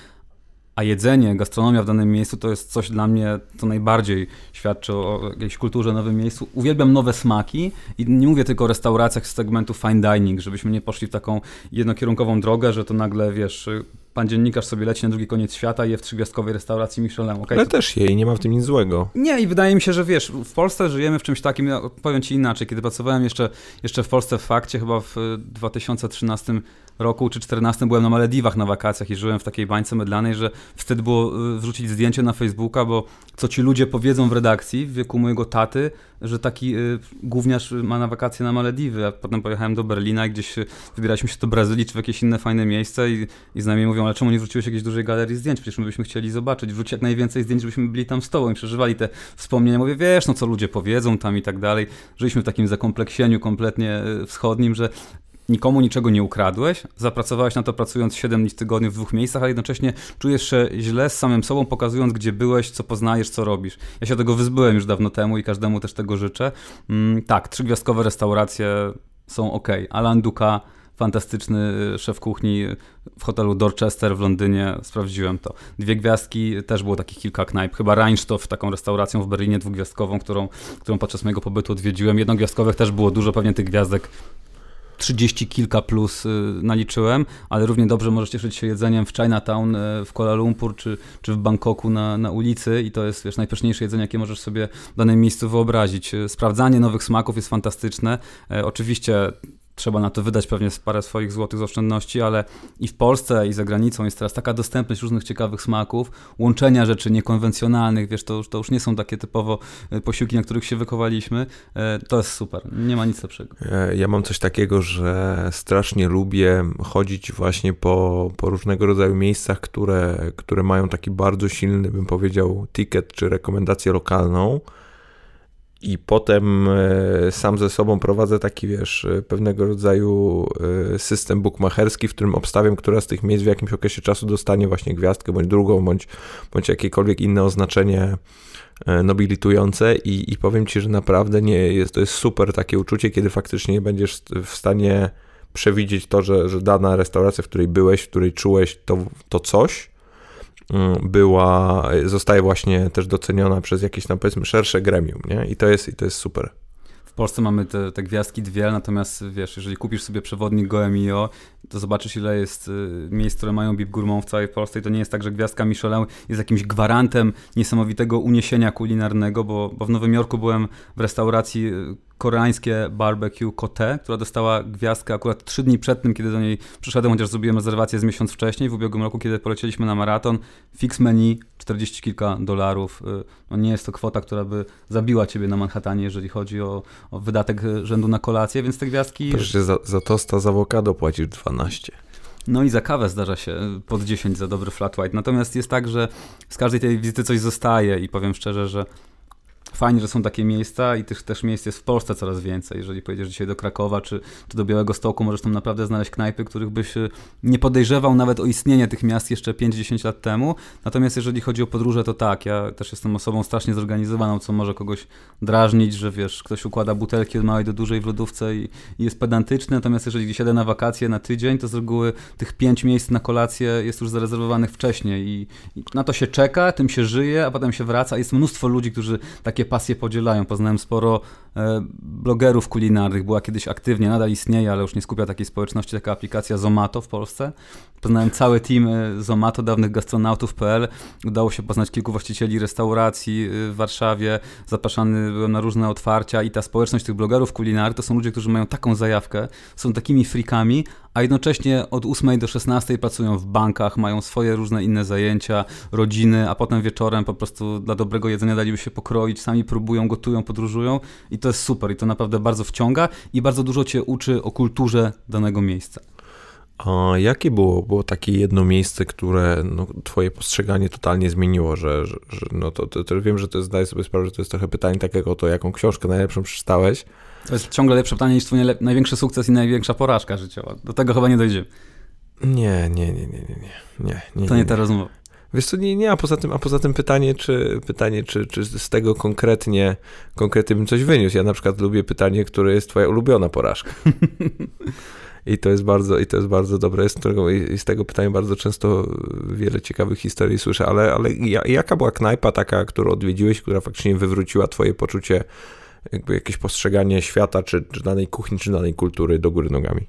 a jedzenie, gastronomia w danym miejscu to jest coś dla mnie, co najbardziej świadczy o jakiejś kulturze, nowym miejscu. Uwielbiam nowe smaki i nie mówię tylko o restauracjach z segmentu fine dining, żebyśmy nie poszli w taką jednokierunkową drogę, że to nagle, wiesz, pan dziennikarz sobie leci na drugi koniec świata i je w trzygwiazdkowej restauracji Michelin. Okay, Ale to... też jej, nie ma w tym nic złego. Nie, i wydaje mi się, że wiesz, w Polsce żyjemy w czymś takim, ja powiem ci inaczej, kiedy pracowałem jeszcze, jeszcze w Polsce w Fakcie, chyba w dwa tysiące trzynastym roku czy czternastym byłem na Malediwach na wakacjach i żyłem w takiej bańce mydlanej, że wstyd było wrzucić zdjęcie na Facebooka, bo co ci ludzie powiedzą w redakcji w wieku mojego taty, że taki y, gówniarz ma na wakacje na Malediwy, a potem pojechałem do Berlina i gdzieś wybieraliśmy się do Brazylii czy w jakieś inne fajne miejsce i, i znajomi mówią, ale czemu nie wrzuciłeś jakiejś dużej galerii zdjęć? Przecież my byśmy chcieli zobaczyć, wrzuć jak najwięcej zdjęć, żebyśmy byli tam z tobą i przeżywali te wspomnienia. Mówię, wiesz, no co ludzie powiedzą tam i tak dalej. Żyliśmy w takim zakompleksieniu kompletnie wschodnim, że nikomu niczego nie ukradłeś, zapracowałeś na to pracując siedem dni w tygodniu w dwóch miejscach, ale jednocześnie czujesz się źle z samym sobą, pokazując, gdzie byłeś, co poznajesz, co robisz. Ja się tego wyzbyłem już dawno temu i każdemu też tego życzę. Mm, tak, trzygwiazdkowe restauracje są ok. Alain Duca, fantastyczny szef kuchni w hotelu Dorchester w Londynie, sprawdziłem to. Dwie gwiazdki, też było takich kilka knajp. Chyba Rheinstoff, taką restauracją w Berlinie dwugwiazdkową, którą, którą podczas mojego pobytu odwiedziłem. Jednogwiazdkowych też było dużo, pewnie tych gwiazdek trzydzieści kilka plus naliczyłem, ale równie dobrze możesz cieszyć się jedzeniem w Chinatown, w Kuala Lumpur czy, czy w Bangkoku na, na ulicy i to jest, wiesz, najpyszniejsze jedzenie, jakie możesz sobie w danym miejscu wyobrazić. Sprawdzanie nowych smaków jest fantastyczne. E, oczywiście trzeba na to wydać pewnie parę swoich złotych z oszczędności, ale i w Polsce, i za granicą jest teraz taka dostępność różnych ciekawych smaków, łączenia rzeczy niekonwencjonalnych, wiesz, to już, to już nie są takie typowo posiłki, na których się wychowaliśmy. To jest super, nie ma nic lepszego. Ja mam coś takiego, że strasznie lubię chodzić właśnie po, po różnego rodzaju miejscach, które, które mają taki bardzo silny, bym powiedział, ticket czy rekomendację lokalną. I potem sam ze sobą prowadzę taki, wiesz, pewnego rodzaju system bukmacherski, w którym obstawiam, która z tych miejsc w jakimś okresie czasu dostanie właśnie gwiazdkę, bądź drugą, bądź, bądź jakiekolwiek inne oznaczenie nobilitujące i, i powiem ci, że naprawdę nie jest, to jest super takie uczucie, kiedy faktycznie będziesz w stanie przewidzieć to, że, że dana restauracja, w której byłeś, w której czułeś to, to coś, była, zostaje właśnie też doceniona przez jakieś tam, powiedzmy, szersze gremium, nie? I to jest, i to jest super. W Polsce mamy te, te gwiazdki dwie, natomiast wiesz, jeżeli kupisz sobie przewodnik Goemio, to zobaczysz, ile jest miejsc, które mają Bib Gourmand w całej Polsce i to nie jest tak, że gwiazdka Michelin jest jakimś gwarantem niesamowitego uniesienia kulinarnego, bo, bo w Nowym Jorku byłem w restauracji koreańskie barbecue Kote, która dostała gwiazdkę akurat trzy dni przed tym, kiedy do niej przyszedłem, chociaż zrobiłem rezerwację z miesiąc wcześniej, w ubiegłym roku, kiedy polecieliśmy na maraton. Fix menu, czterdzieści kilka dolarów. No nie jest to kwota, która by zabiła ciebie na Manhattanie, jeżeli chodzi o, o wydatek rzędu na kolację, więc te gwiazdki... Proszę, za, za tosta z awokado płacisz dwanaście. No i za kawę zdarza się pod dziesięć za dobry flat white. Natomiast jest tak, że z każdej tej wizyty coś zostaje i powiem szczerze, że w fajnie, że są takie miejsca i tych też miejsc jest w Polsce coraz więcej. Jeżeli pojedziesz dzisiaj do Krakowa czy, czy do Białegostoku, możesz tam naprawdę znaleźć knajpy, których byś nie podejrzewał nawet o istnienie tych miast jeszcze pięć dziesięć lat temu. Natomiast jeżeli chodzi o podróże, to tak, ja też jestem osobą strasznie zorganizowaną, co może kogoś drażnić, że wiesz, ktoś układa butelki od małej do dużej w lodówce i, i jest pedantyczny, natomiast jeżeli gdzieś jadę na wakacje na tydzień, to z reguły tych pięć miejsc na kolację jest już zarezerwowanych wcześniej i, i na to się czeka, tym się żyje, a potem się wraca. Jest mnóstwo ludzi, którzy takie pasje podzielają. Poznałem sporo e, blogerów kulinarnych, była kiedyś aktywnie, nadal istnieje, ale już nie skupia takiej społeczności, taka aplikacja Zomato w Polsce. Poznałem cały team Zomato, dawnych gastronautów kropka p l. Udało się poznać kilku właścicieli restauracji w Warszawie. Zapraszany byłem na różne otwarcia i ta społeczność tych blogerów kulinarnych to są ludzie, którzy mają taką zajawkę, są takimi freakami, a jednocześnie od ósmej do szesnastej pracują w bankach, mają swoje różne inne zajęcia, rodziny, a potem wieczorem po prostu dla dobrego jedzenia daliby się pokroić, sami próbują, gotują, podróżują i to jest super i to naprawdę bardzo wciąga i bardzo dużo cię uczy o kulturze danego miejsca. A jakie było, było takie jedno miejsce, które no, twoje postrzeganie totalnie zmieniło, że, że, że no to, to, to wiem, że to jest, zdaję sobie sprawę, że to jest trochę pytanie takiego, to jaką książkę najlepszą przeczytałeś? To jest ciągle lepsze pytanie niż twój największy sukces i największa porażka życiowa. Do tego chyba nie dojdziemy. Nie, nie, nie, nie, nie, nie, nie, nie. To nie ta rozmowa. Wiesz co, nie, nie, a poza tym, a poza tym pytanie, czy pytanie, czy, czy z tego konkretnie, konkretnie bym coś wyniósł. Ja na przykład lubię pytanie, które jest twoja ulubiona porażka. I to jest bardzo, i to jest bardzo dobre. Jest, i z tego pytania bardzo często wiele ciekawych historii słyszę, ale, ale jaka była knajpa taka, którą odwiedziłeś, która faktycznie wywróciła twoje poczucie, jakby jakieś postrzeganie świata, czy, czy danej kuchni, czy danej kultury do góry nogami?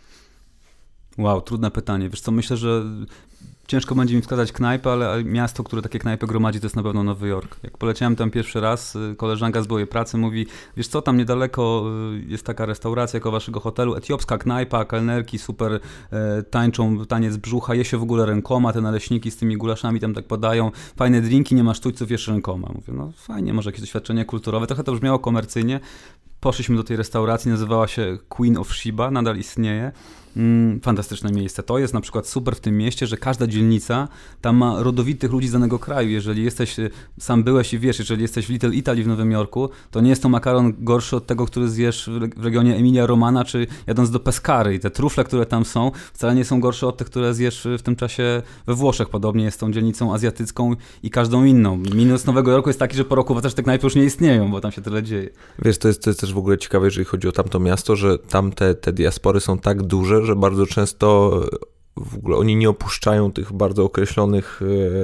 Wow, trudne pytanie. Wiesz co, myślę, że ciężko będzie mi wskazać knajpę, ale miasto, które takie knajpy gromadzi, to jest na pewno Nowy Jork. Jak poleciałem tam pierwszy raz, koleżanka z byłej pracy mówi, wiesz co, tam niedaleko jest taka restauracja koło waszego hotelu, etiopska knajpa, kelnerki super e, tańczą taniec brzucha, je się w ogóle rękoma, te naleśniki z tymi gulaszami tam tak podają, fajne drinki, nie ma sztućców, jesz rękoma. Mówię, no fajnie, może jakieś doświadczenie kulturowe, trochę to brzmiało komercyjnie. Poszliśmy do tej restauracji, nazywała się Queen of Sheba, nadal istnieje. Mm, fantastyczne miejsce. To jest na przykład super w tym mieście, że każda dzielnica tam ma rodowitych ludzi z danego kraju. Jeżeli jesteś, sam byłeś i wiesz, jeżeli jesteś w Little Italy w Nowym Jorku, to nie jest to makaron gorszy od tego, który zjesz w regionie Emilia Romana, czy jadąc do Pescary. I te trufle, które tam są, wcale nie są gorsze od tych, które zjesz w tym czasie we Włoszech. Podobnie jest z tą dzielnicą azjatycką i każdą inną. Minus Nowego Jorku jest taki, że po roku też te knajpy już nie istnieją, bo tam się tyle dzieje. Wiesz, to jest, to jest też w ogóle ciekawe, jeżeli chodzi o tamto miasto, że tam te, te diaspory są tak duże, że bardzo często w ogóle oni nie opuszczają tych bardzo określonych,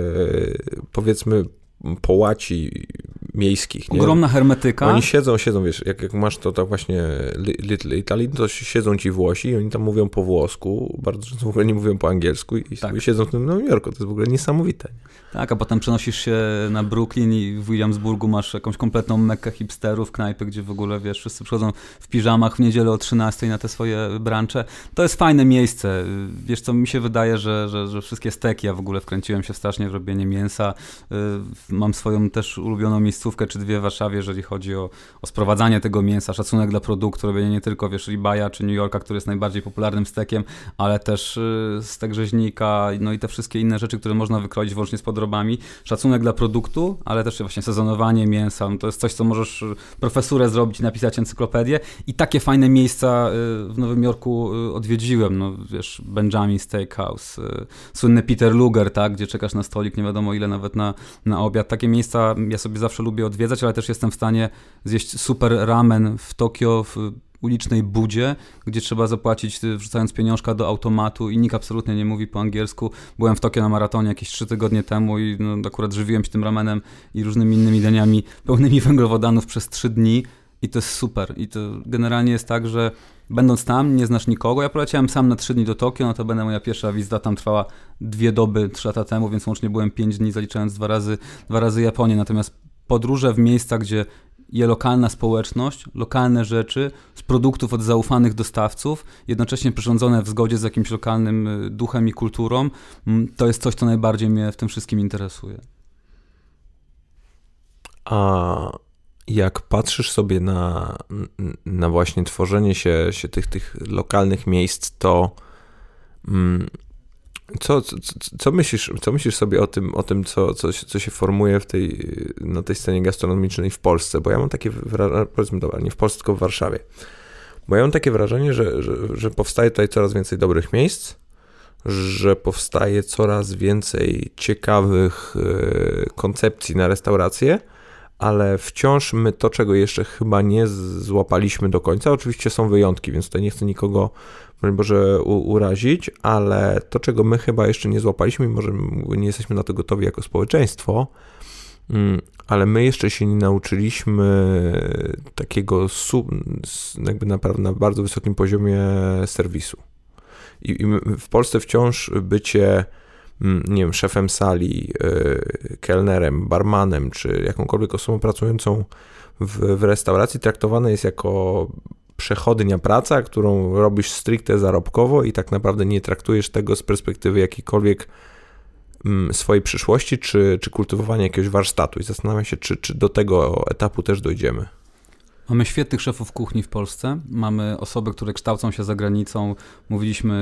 powiedzmy, połaci miejskich. Nie? Ogromna hermetyka. Oni siedzą, siedzą, wiesz, jak, jak masz to tak właśnie Little Italy, to siedzą ci Włosi i oni tam mówią po włosku, bardzo często w ogóle nie mówią po angielsku i tak. siedzą w tym Nowym Jorku. To jest w ogóle niesamowite. Tak, a potem przenosisz się na Brooklyn i w Williamsburgu masz jakąś kompletną mekkę hipsterów, knajpy, gdzie w ogóle, wiesz, wszyscy przychodzą w piżamach w niedzielę o trzynastej na te swoje brancze. To jest fajne miejsce. Wiesz co, mi się wydaje, że, że, że wszystkie steki, ja w ogóle wkręciłem się strasznie w robienie mięsa. Mam swoją też ulubioną miejscówkę, czy dwie w Warszawie, jeżeli chodzi o, o sprowadzanie tego mięsa, szacunek dla produktu, robienie nie tylko, wiesz, Ribeye czy New Yorka, który jest najbardziej popularnym stekiem, ale też stek rzeźnika, no i te wszystkie inne rzeczy, które można wykroić wyłącznie z podrobami. Szacunek dla produktu, ale też właśnie sezonowanie mięsa. No to jest coś, co możesz profesurę zrobić i napisać encyklopedię. I takie fajne miejsca w Nowym Jorku odwiedziłem. No wiesz, Benjamin Steakhouse, słynny Peter Luger, tak, gdzie czekasz na stolik, nie wiadomo ile nawet na, na obiad. Takie miejsca ja sobie zawsze lubię odwiedzać, ale też jestem w stanie zjeść super ramen w Tokio, w ulicznej budzie, gdzie trzeba zapłacić wrzucając pieniążka do automatu i nikt absolutnie nie mówi po angielsku. Byłem w Tokio na maratonie jakieś trzy tygodnie temu i no, akurat żywiłem się tym ramenem i różnymi innymi daniami pełnymi węglowodanów przez trzy dni i to jest super. I to generalnie jest tak, że będąc tam nie znasz nikogo. Ja poleciałem sam na trzy dni do Tokio, no to będę moja pierwsza wizyta tam trwała dwie doby, trzy lata temu, więc łącznie byłem pięć dni, zaliczając dwa razy, dwa razy Japonię. Natomiast podróże w miejsca, gdzie je lokalna społeczność, lokalne rzeczy z produktów od zaufanych dostawców, jednocześnie przyrządzone w zgodzie z jakimś lokalnym duchem i kulturą, to jest coś, co najbardziej mnie w tym wszystkim interesuje. A jak patrzysz sobie na, na właśnie tworzenie się, się tych, tych lokalnych miejsc, to mm, Co, co, co, myślisz, co myślisz sobie o tym, o tym co, co, co się formuje w tej, na tej scenie gastronomicznej w Polsce? Bo ja mam takie wrażenie, powiedzmy, dobra, nie w Polsce, tylko w Warszawie. Bo ja mam takie wrażenie, że, że, że powstaje tutaj coraz więcej dobrych miejsc, że powstaje coraz więcej ciekawych y, koncepcji na restaurację, ale wciąż my to, czego jeszcze chyba nie złapaliśmy do końca, oczywiście są wyjątki, więc tutaj nie chcę nikogo, Boże, u, urazić, ale to, czego my chyba jeszcze nie złapaliśmy, mimo że nie jesteśmy na to gotowi jako społeczeństwo, ale my jeszcze się nie nauczyliśmy takiego sub, jakby naprawdę na bardzo wysokim poziomie serwisu. I, i w Polsce wciąż bycie, nie wiem, szefem sali, kelnerem, barmanem, czy jakąkolwiek osobą pracującą w, w restauracji traktowane jest jako przechodnia praca, którą robisz stricte zarobkowo i tak naprawdę nie traktujesz tego z perspektywy jakiejkolwiek swojej przyszłości, czy, czy kultywowania jakiegoś warsztatu. I zastanawiam się, czy, czy do tego etapu też dojdziemy. Mamy świetnych szefów kuchni w Polsce. Mamy osoby, które kształcą się za granicą. Mówiliśmy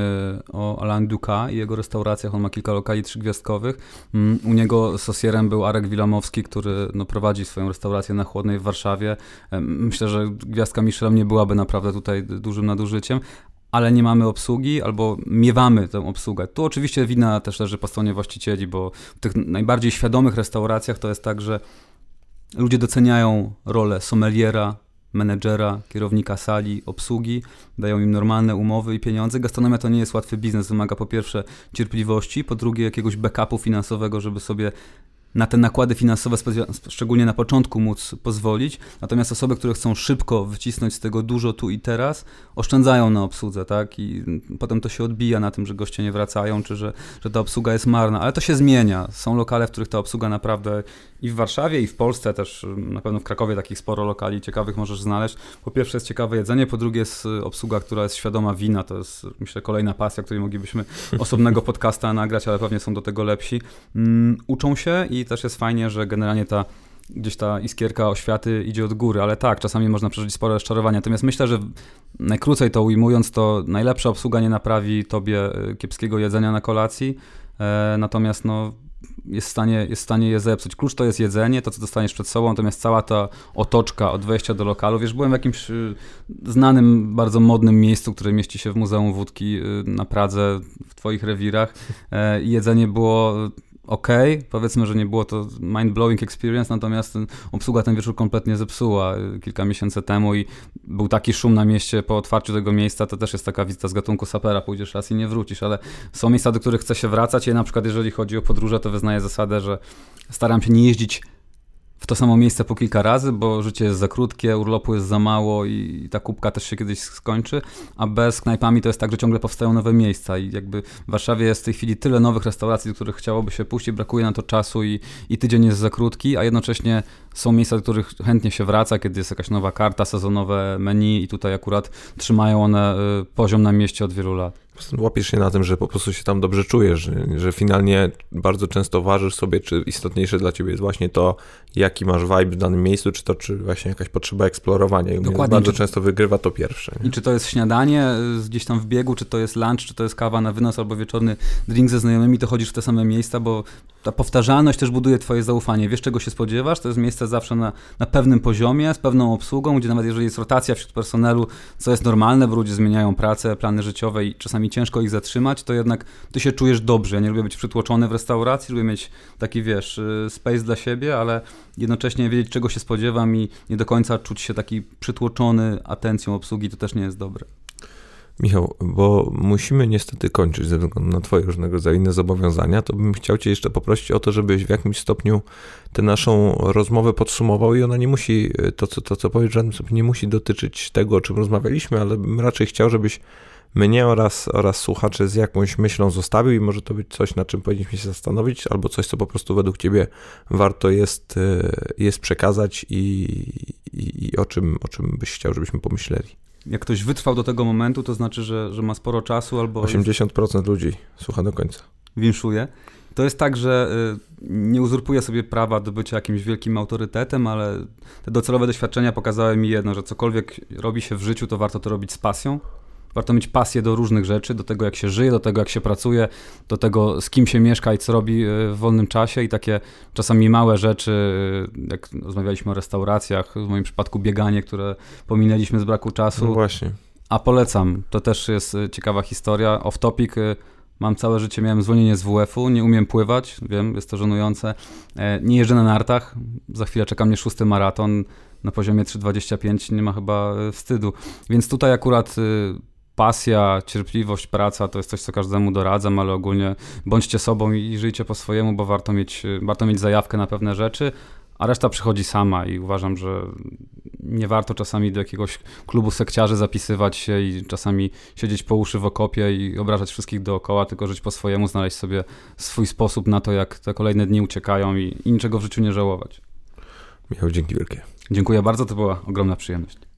o Alain Ducasse i jego restauracjach. On ma kilka lokali trzygwiazdkowych. U niego sosjerem był Arek Wilamowski, który no, prowadzi swoją restaurację na Chłodnej w Warszawie. Myślę, że gwiazdka Michelin nie byłaby naprawdę tutaj dużym nadużyciem. Ale nie mamy obsługi albo miewamy tę obsługę. Tu oczywiście wina też leży po stronie właścicieli, bo w tych najbardziej świadomych restauracjach to jest tak, że ludzie doceniają rolę sommeliera, menedżera, kierownika sali, obsługi, dają im normalne umowy i pieniądze. Gastronomia to nie jest łatwy biznes, wymaga po pierwsze cierpliwości, po drugie jakiegoś backupu finansowego, żeby sobie na te nakłady finansowe, szczególnie na początku, móc pozwolić. Natomiast osoby, które chcą szybko wycisnąć z tego dużo tu i teraz, oszczędzają na obsłudze, tak? I potem to się odbija na tym, że goście nie wracają, czy że, że ta obsługa jest marna. Ale to się zmienia. Są lokale, w których ta obsługa naprawdę i w Warszawie, i w Polsce też, na pewno w Krakowie takich sporo lokali ciekawych możesz znaleźć. Po pierwsze jest ciekawe jedzenie, po drugie jest obsługa, która jest świadoma wina. To jest, myślę, kolejna pasja, której moglibyśmy osobnego podcasta nagrać, ale pewnie są do tego lepsi. Um, uczą się i też jest fajnie, że generalnie ta gdzieś ta iskierka oświaty idzie od góry, ale tak, czasami można przeżyć spore rozczarowanie. Natomiast myślę, że najkrócej to ujmując, to najlepsza obsługa nie naprawi tobie kiepskiego jedzenia na kolacji, e, natomiast no jest w stanie, jest w stanie je zepsuć. Klucz to jest jedzenie, to co dostaniesz przed sobą, natomiast cała ta otoczka od wejścia do lokalu. Wiesz, byłem w jakimś y, znanym, bardzo modnym miejscu, które mieści się w Muzeum Wódki y, na Pradze, w twoich rewirach i y, jedzenie było okej, okay. Powiedzmy, że nie było to mind-blowing experience, natomiast ten, obsługa ten wieczór kompletnie zepsuła y, kilka miesięcy temu i był taki szum na mieście po otwarciu tego miejsca, to też jest taka wizyta z gatunku sapera, pójdziesz raz i nie wrócisz, ale są miejsca, do których chce się wracać. Ja na przykład, jeżeli chodzi o podróże, to wyznaję zasadę, że staram się nie jeździć w to samo miejsce po kilka razy, bo życie jest za krótkie, urlopu jest za mało i ta kubka też się kiedyś skończy, a bez knajpami to jest tak, że ciągle powstają nowe miejsca i jakby w Warszawie jest w tej chwili tyle nowych restauracji, do których chciałoby się pójść i brakuje na to czasu i, i tydzień jest za krótki, a jednocześnie są miejsca, do których chętnie się wraca, kiedy jest jakaś nowa karta, sezonowe menu i tutaj akurat trzymają one y, poziom na mieście od wielu lat. Łapiesz się na tym, że po prostu się tam dobrze czujesz, że, że finalnie bardzo często ważysz sobie, czy istotniejsze dla ciebie jest właśnie to, jaki masz vibe w danym miejscu, czy to, czy właśnie jakaś potrzeba eksplorowania. I dokładnie, bardzo czy, często wygrywa to pierwsze. Nie? I czy to jest śniadanie gdzieś tam w biegu, czy to jest lunch, czy to jest kawa na wynos, albo wieczorny drink ze znajomymi, to chodzisz w te same miejsca, bo ta powtarzalność też buduje twoje zaufanie. Wiesz, czego się spodziewasz, to jest miejsce zawsze na, na pewnym poziomie, z pewną obsługą, gdzie nawet jeżeli jest rotacja wśród personelu, co jest normalne, bo ludzie zmieniają pracę, plany życiowe i czasami ciężko ich zatrzymać, to jednak ty się czujesz dobrze. Ja nie lubię być przytłoczony w restauracji, lubię mieć taki, wiesz, space dla siebie, ale jednocześnie wiedzieć, czego się spodziewam i nie do końca czuć się taki przytłoczony atencją obsługi, to też nie jest dobre. Michał, bo musimy niestety kończyć ze względu na twoje różnego rodzaju inne zobowiązania, to bym chciał cię jeszcze poprosić o to, żebyś w jakimś stopniu tę naszą rozmowę podsumował i ona nie musi, to co, to, co powiesz, w żadnym stopniu nie musi dotyczyć tego, o czym rozmawialiśmy, ale bym raczej chciał, żebyś mnie oraz, oraz słuchaczy z jakąś myślą zostawił i może to być coś, na czym powinniśmy się zastanowić, albo coś, co po prostu według ciebie warto jest, jest przekazać i, i, i o czym, o czym byś chciał, żebyśmy pomyśleli. Jak ktoś wytrwał do tego momentu, to znaczy, że, że ma sporo czasu albo... osiemdziesiąt procent ludzi słucha do końca. Winszuje. To jest tak, że y, nie uzurpuję sobie prawa do bycia jakimś wielkim autorytetem, ale te docelowe doświadczenia pokazały mi jedno, że cokolwiek robi się w życiu, to warto to robić z pasją. warto mieć pasję do różnych rzeczy, do tego jak się żyje, do tego jak się pracuje, do tego z kim się mieszka i co robi w wolnym czasie i takie czasami małe rzeczy, jak rozmawialiśmy o restauracjach, w moim przypadku bieganie, które pominęliśmy z braku czasu. No właśnie. A polecam, to też jest ciekawa historia, off topic. Mam całe życie, miałem zwolnienie z W F-u, nie umiem pływać, wiem, jest to żenujące. Nie jeżdżę na nartach, za chwilę czeka mnie szósty maraton na poziomie trzy dwadzieścia pięć, nie ma chyba wstydu. Więc tutaj akurat pasja, cierpliwość, praca to jest coś, co każdemu doradzam, ale ogólnie bądźcie sobą i żyjcie po swojemu, bo warto mieć, warto mieć zajawkę na pewne rzeczy, a reszta przychodzi sama i uważam, że nie warto czasami do jakiegoś klubu sekciarzy zapisywać się i czasami siedzieć po uszy w okopie i obrażać wszystkich dookoła, tylko żyć po swojemu, znaleźć sobie swój sposób na to, jak te kolejne dni uciekają i, i niczego w życiu nie żałować. Michał, dzięki wielkie. Dziękuję bardzo, to była ogromna przyjemność.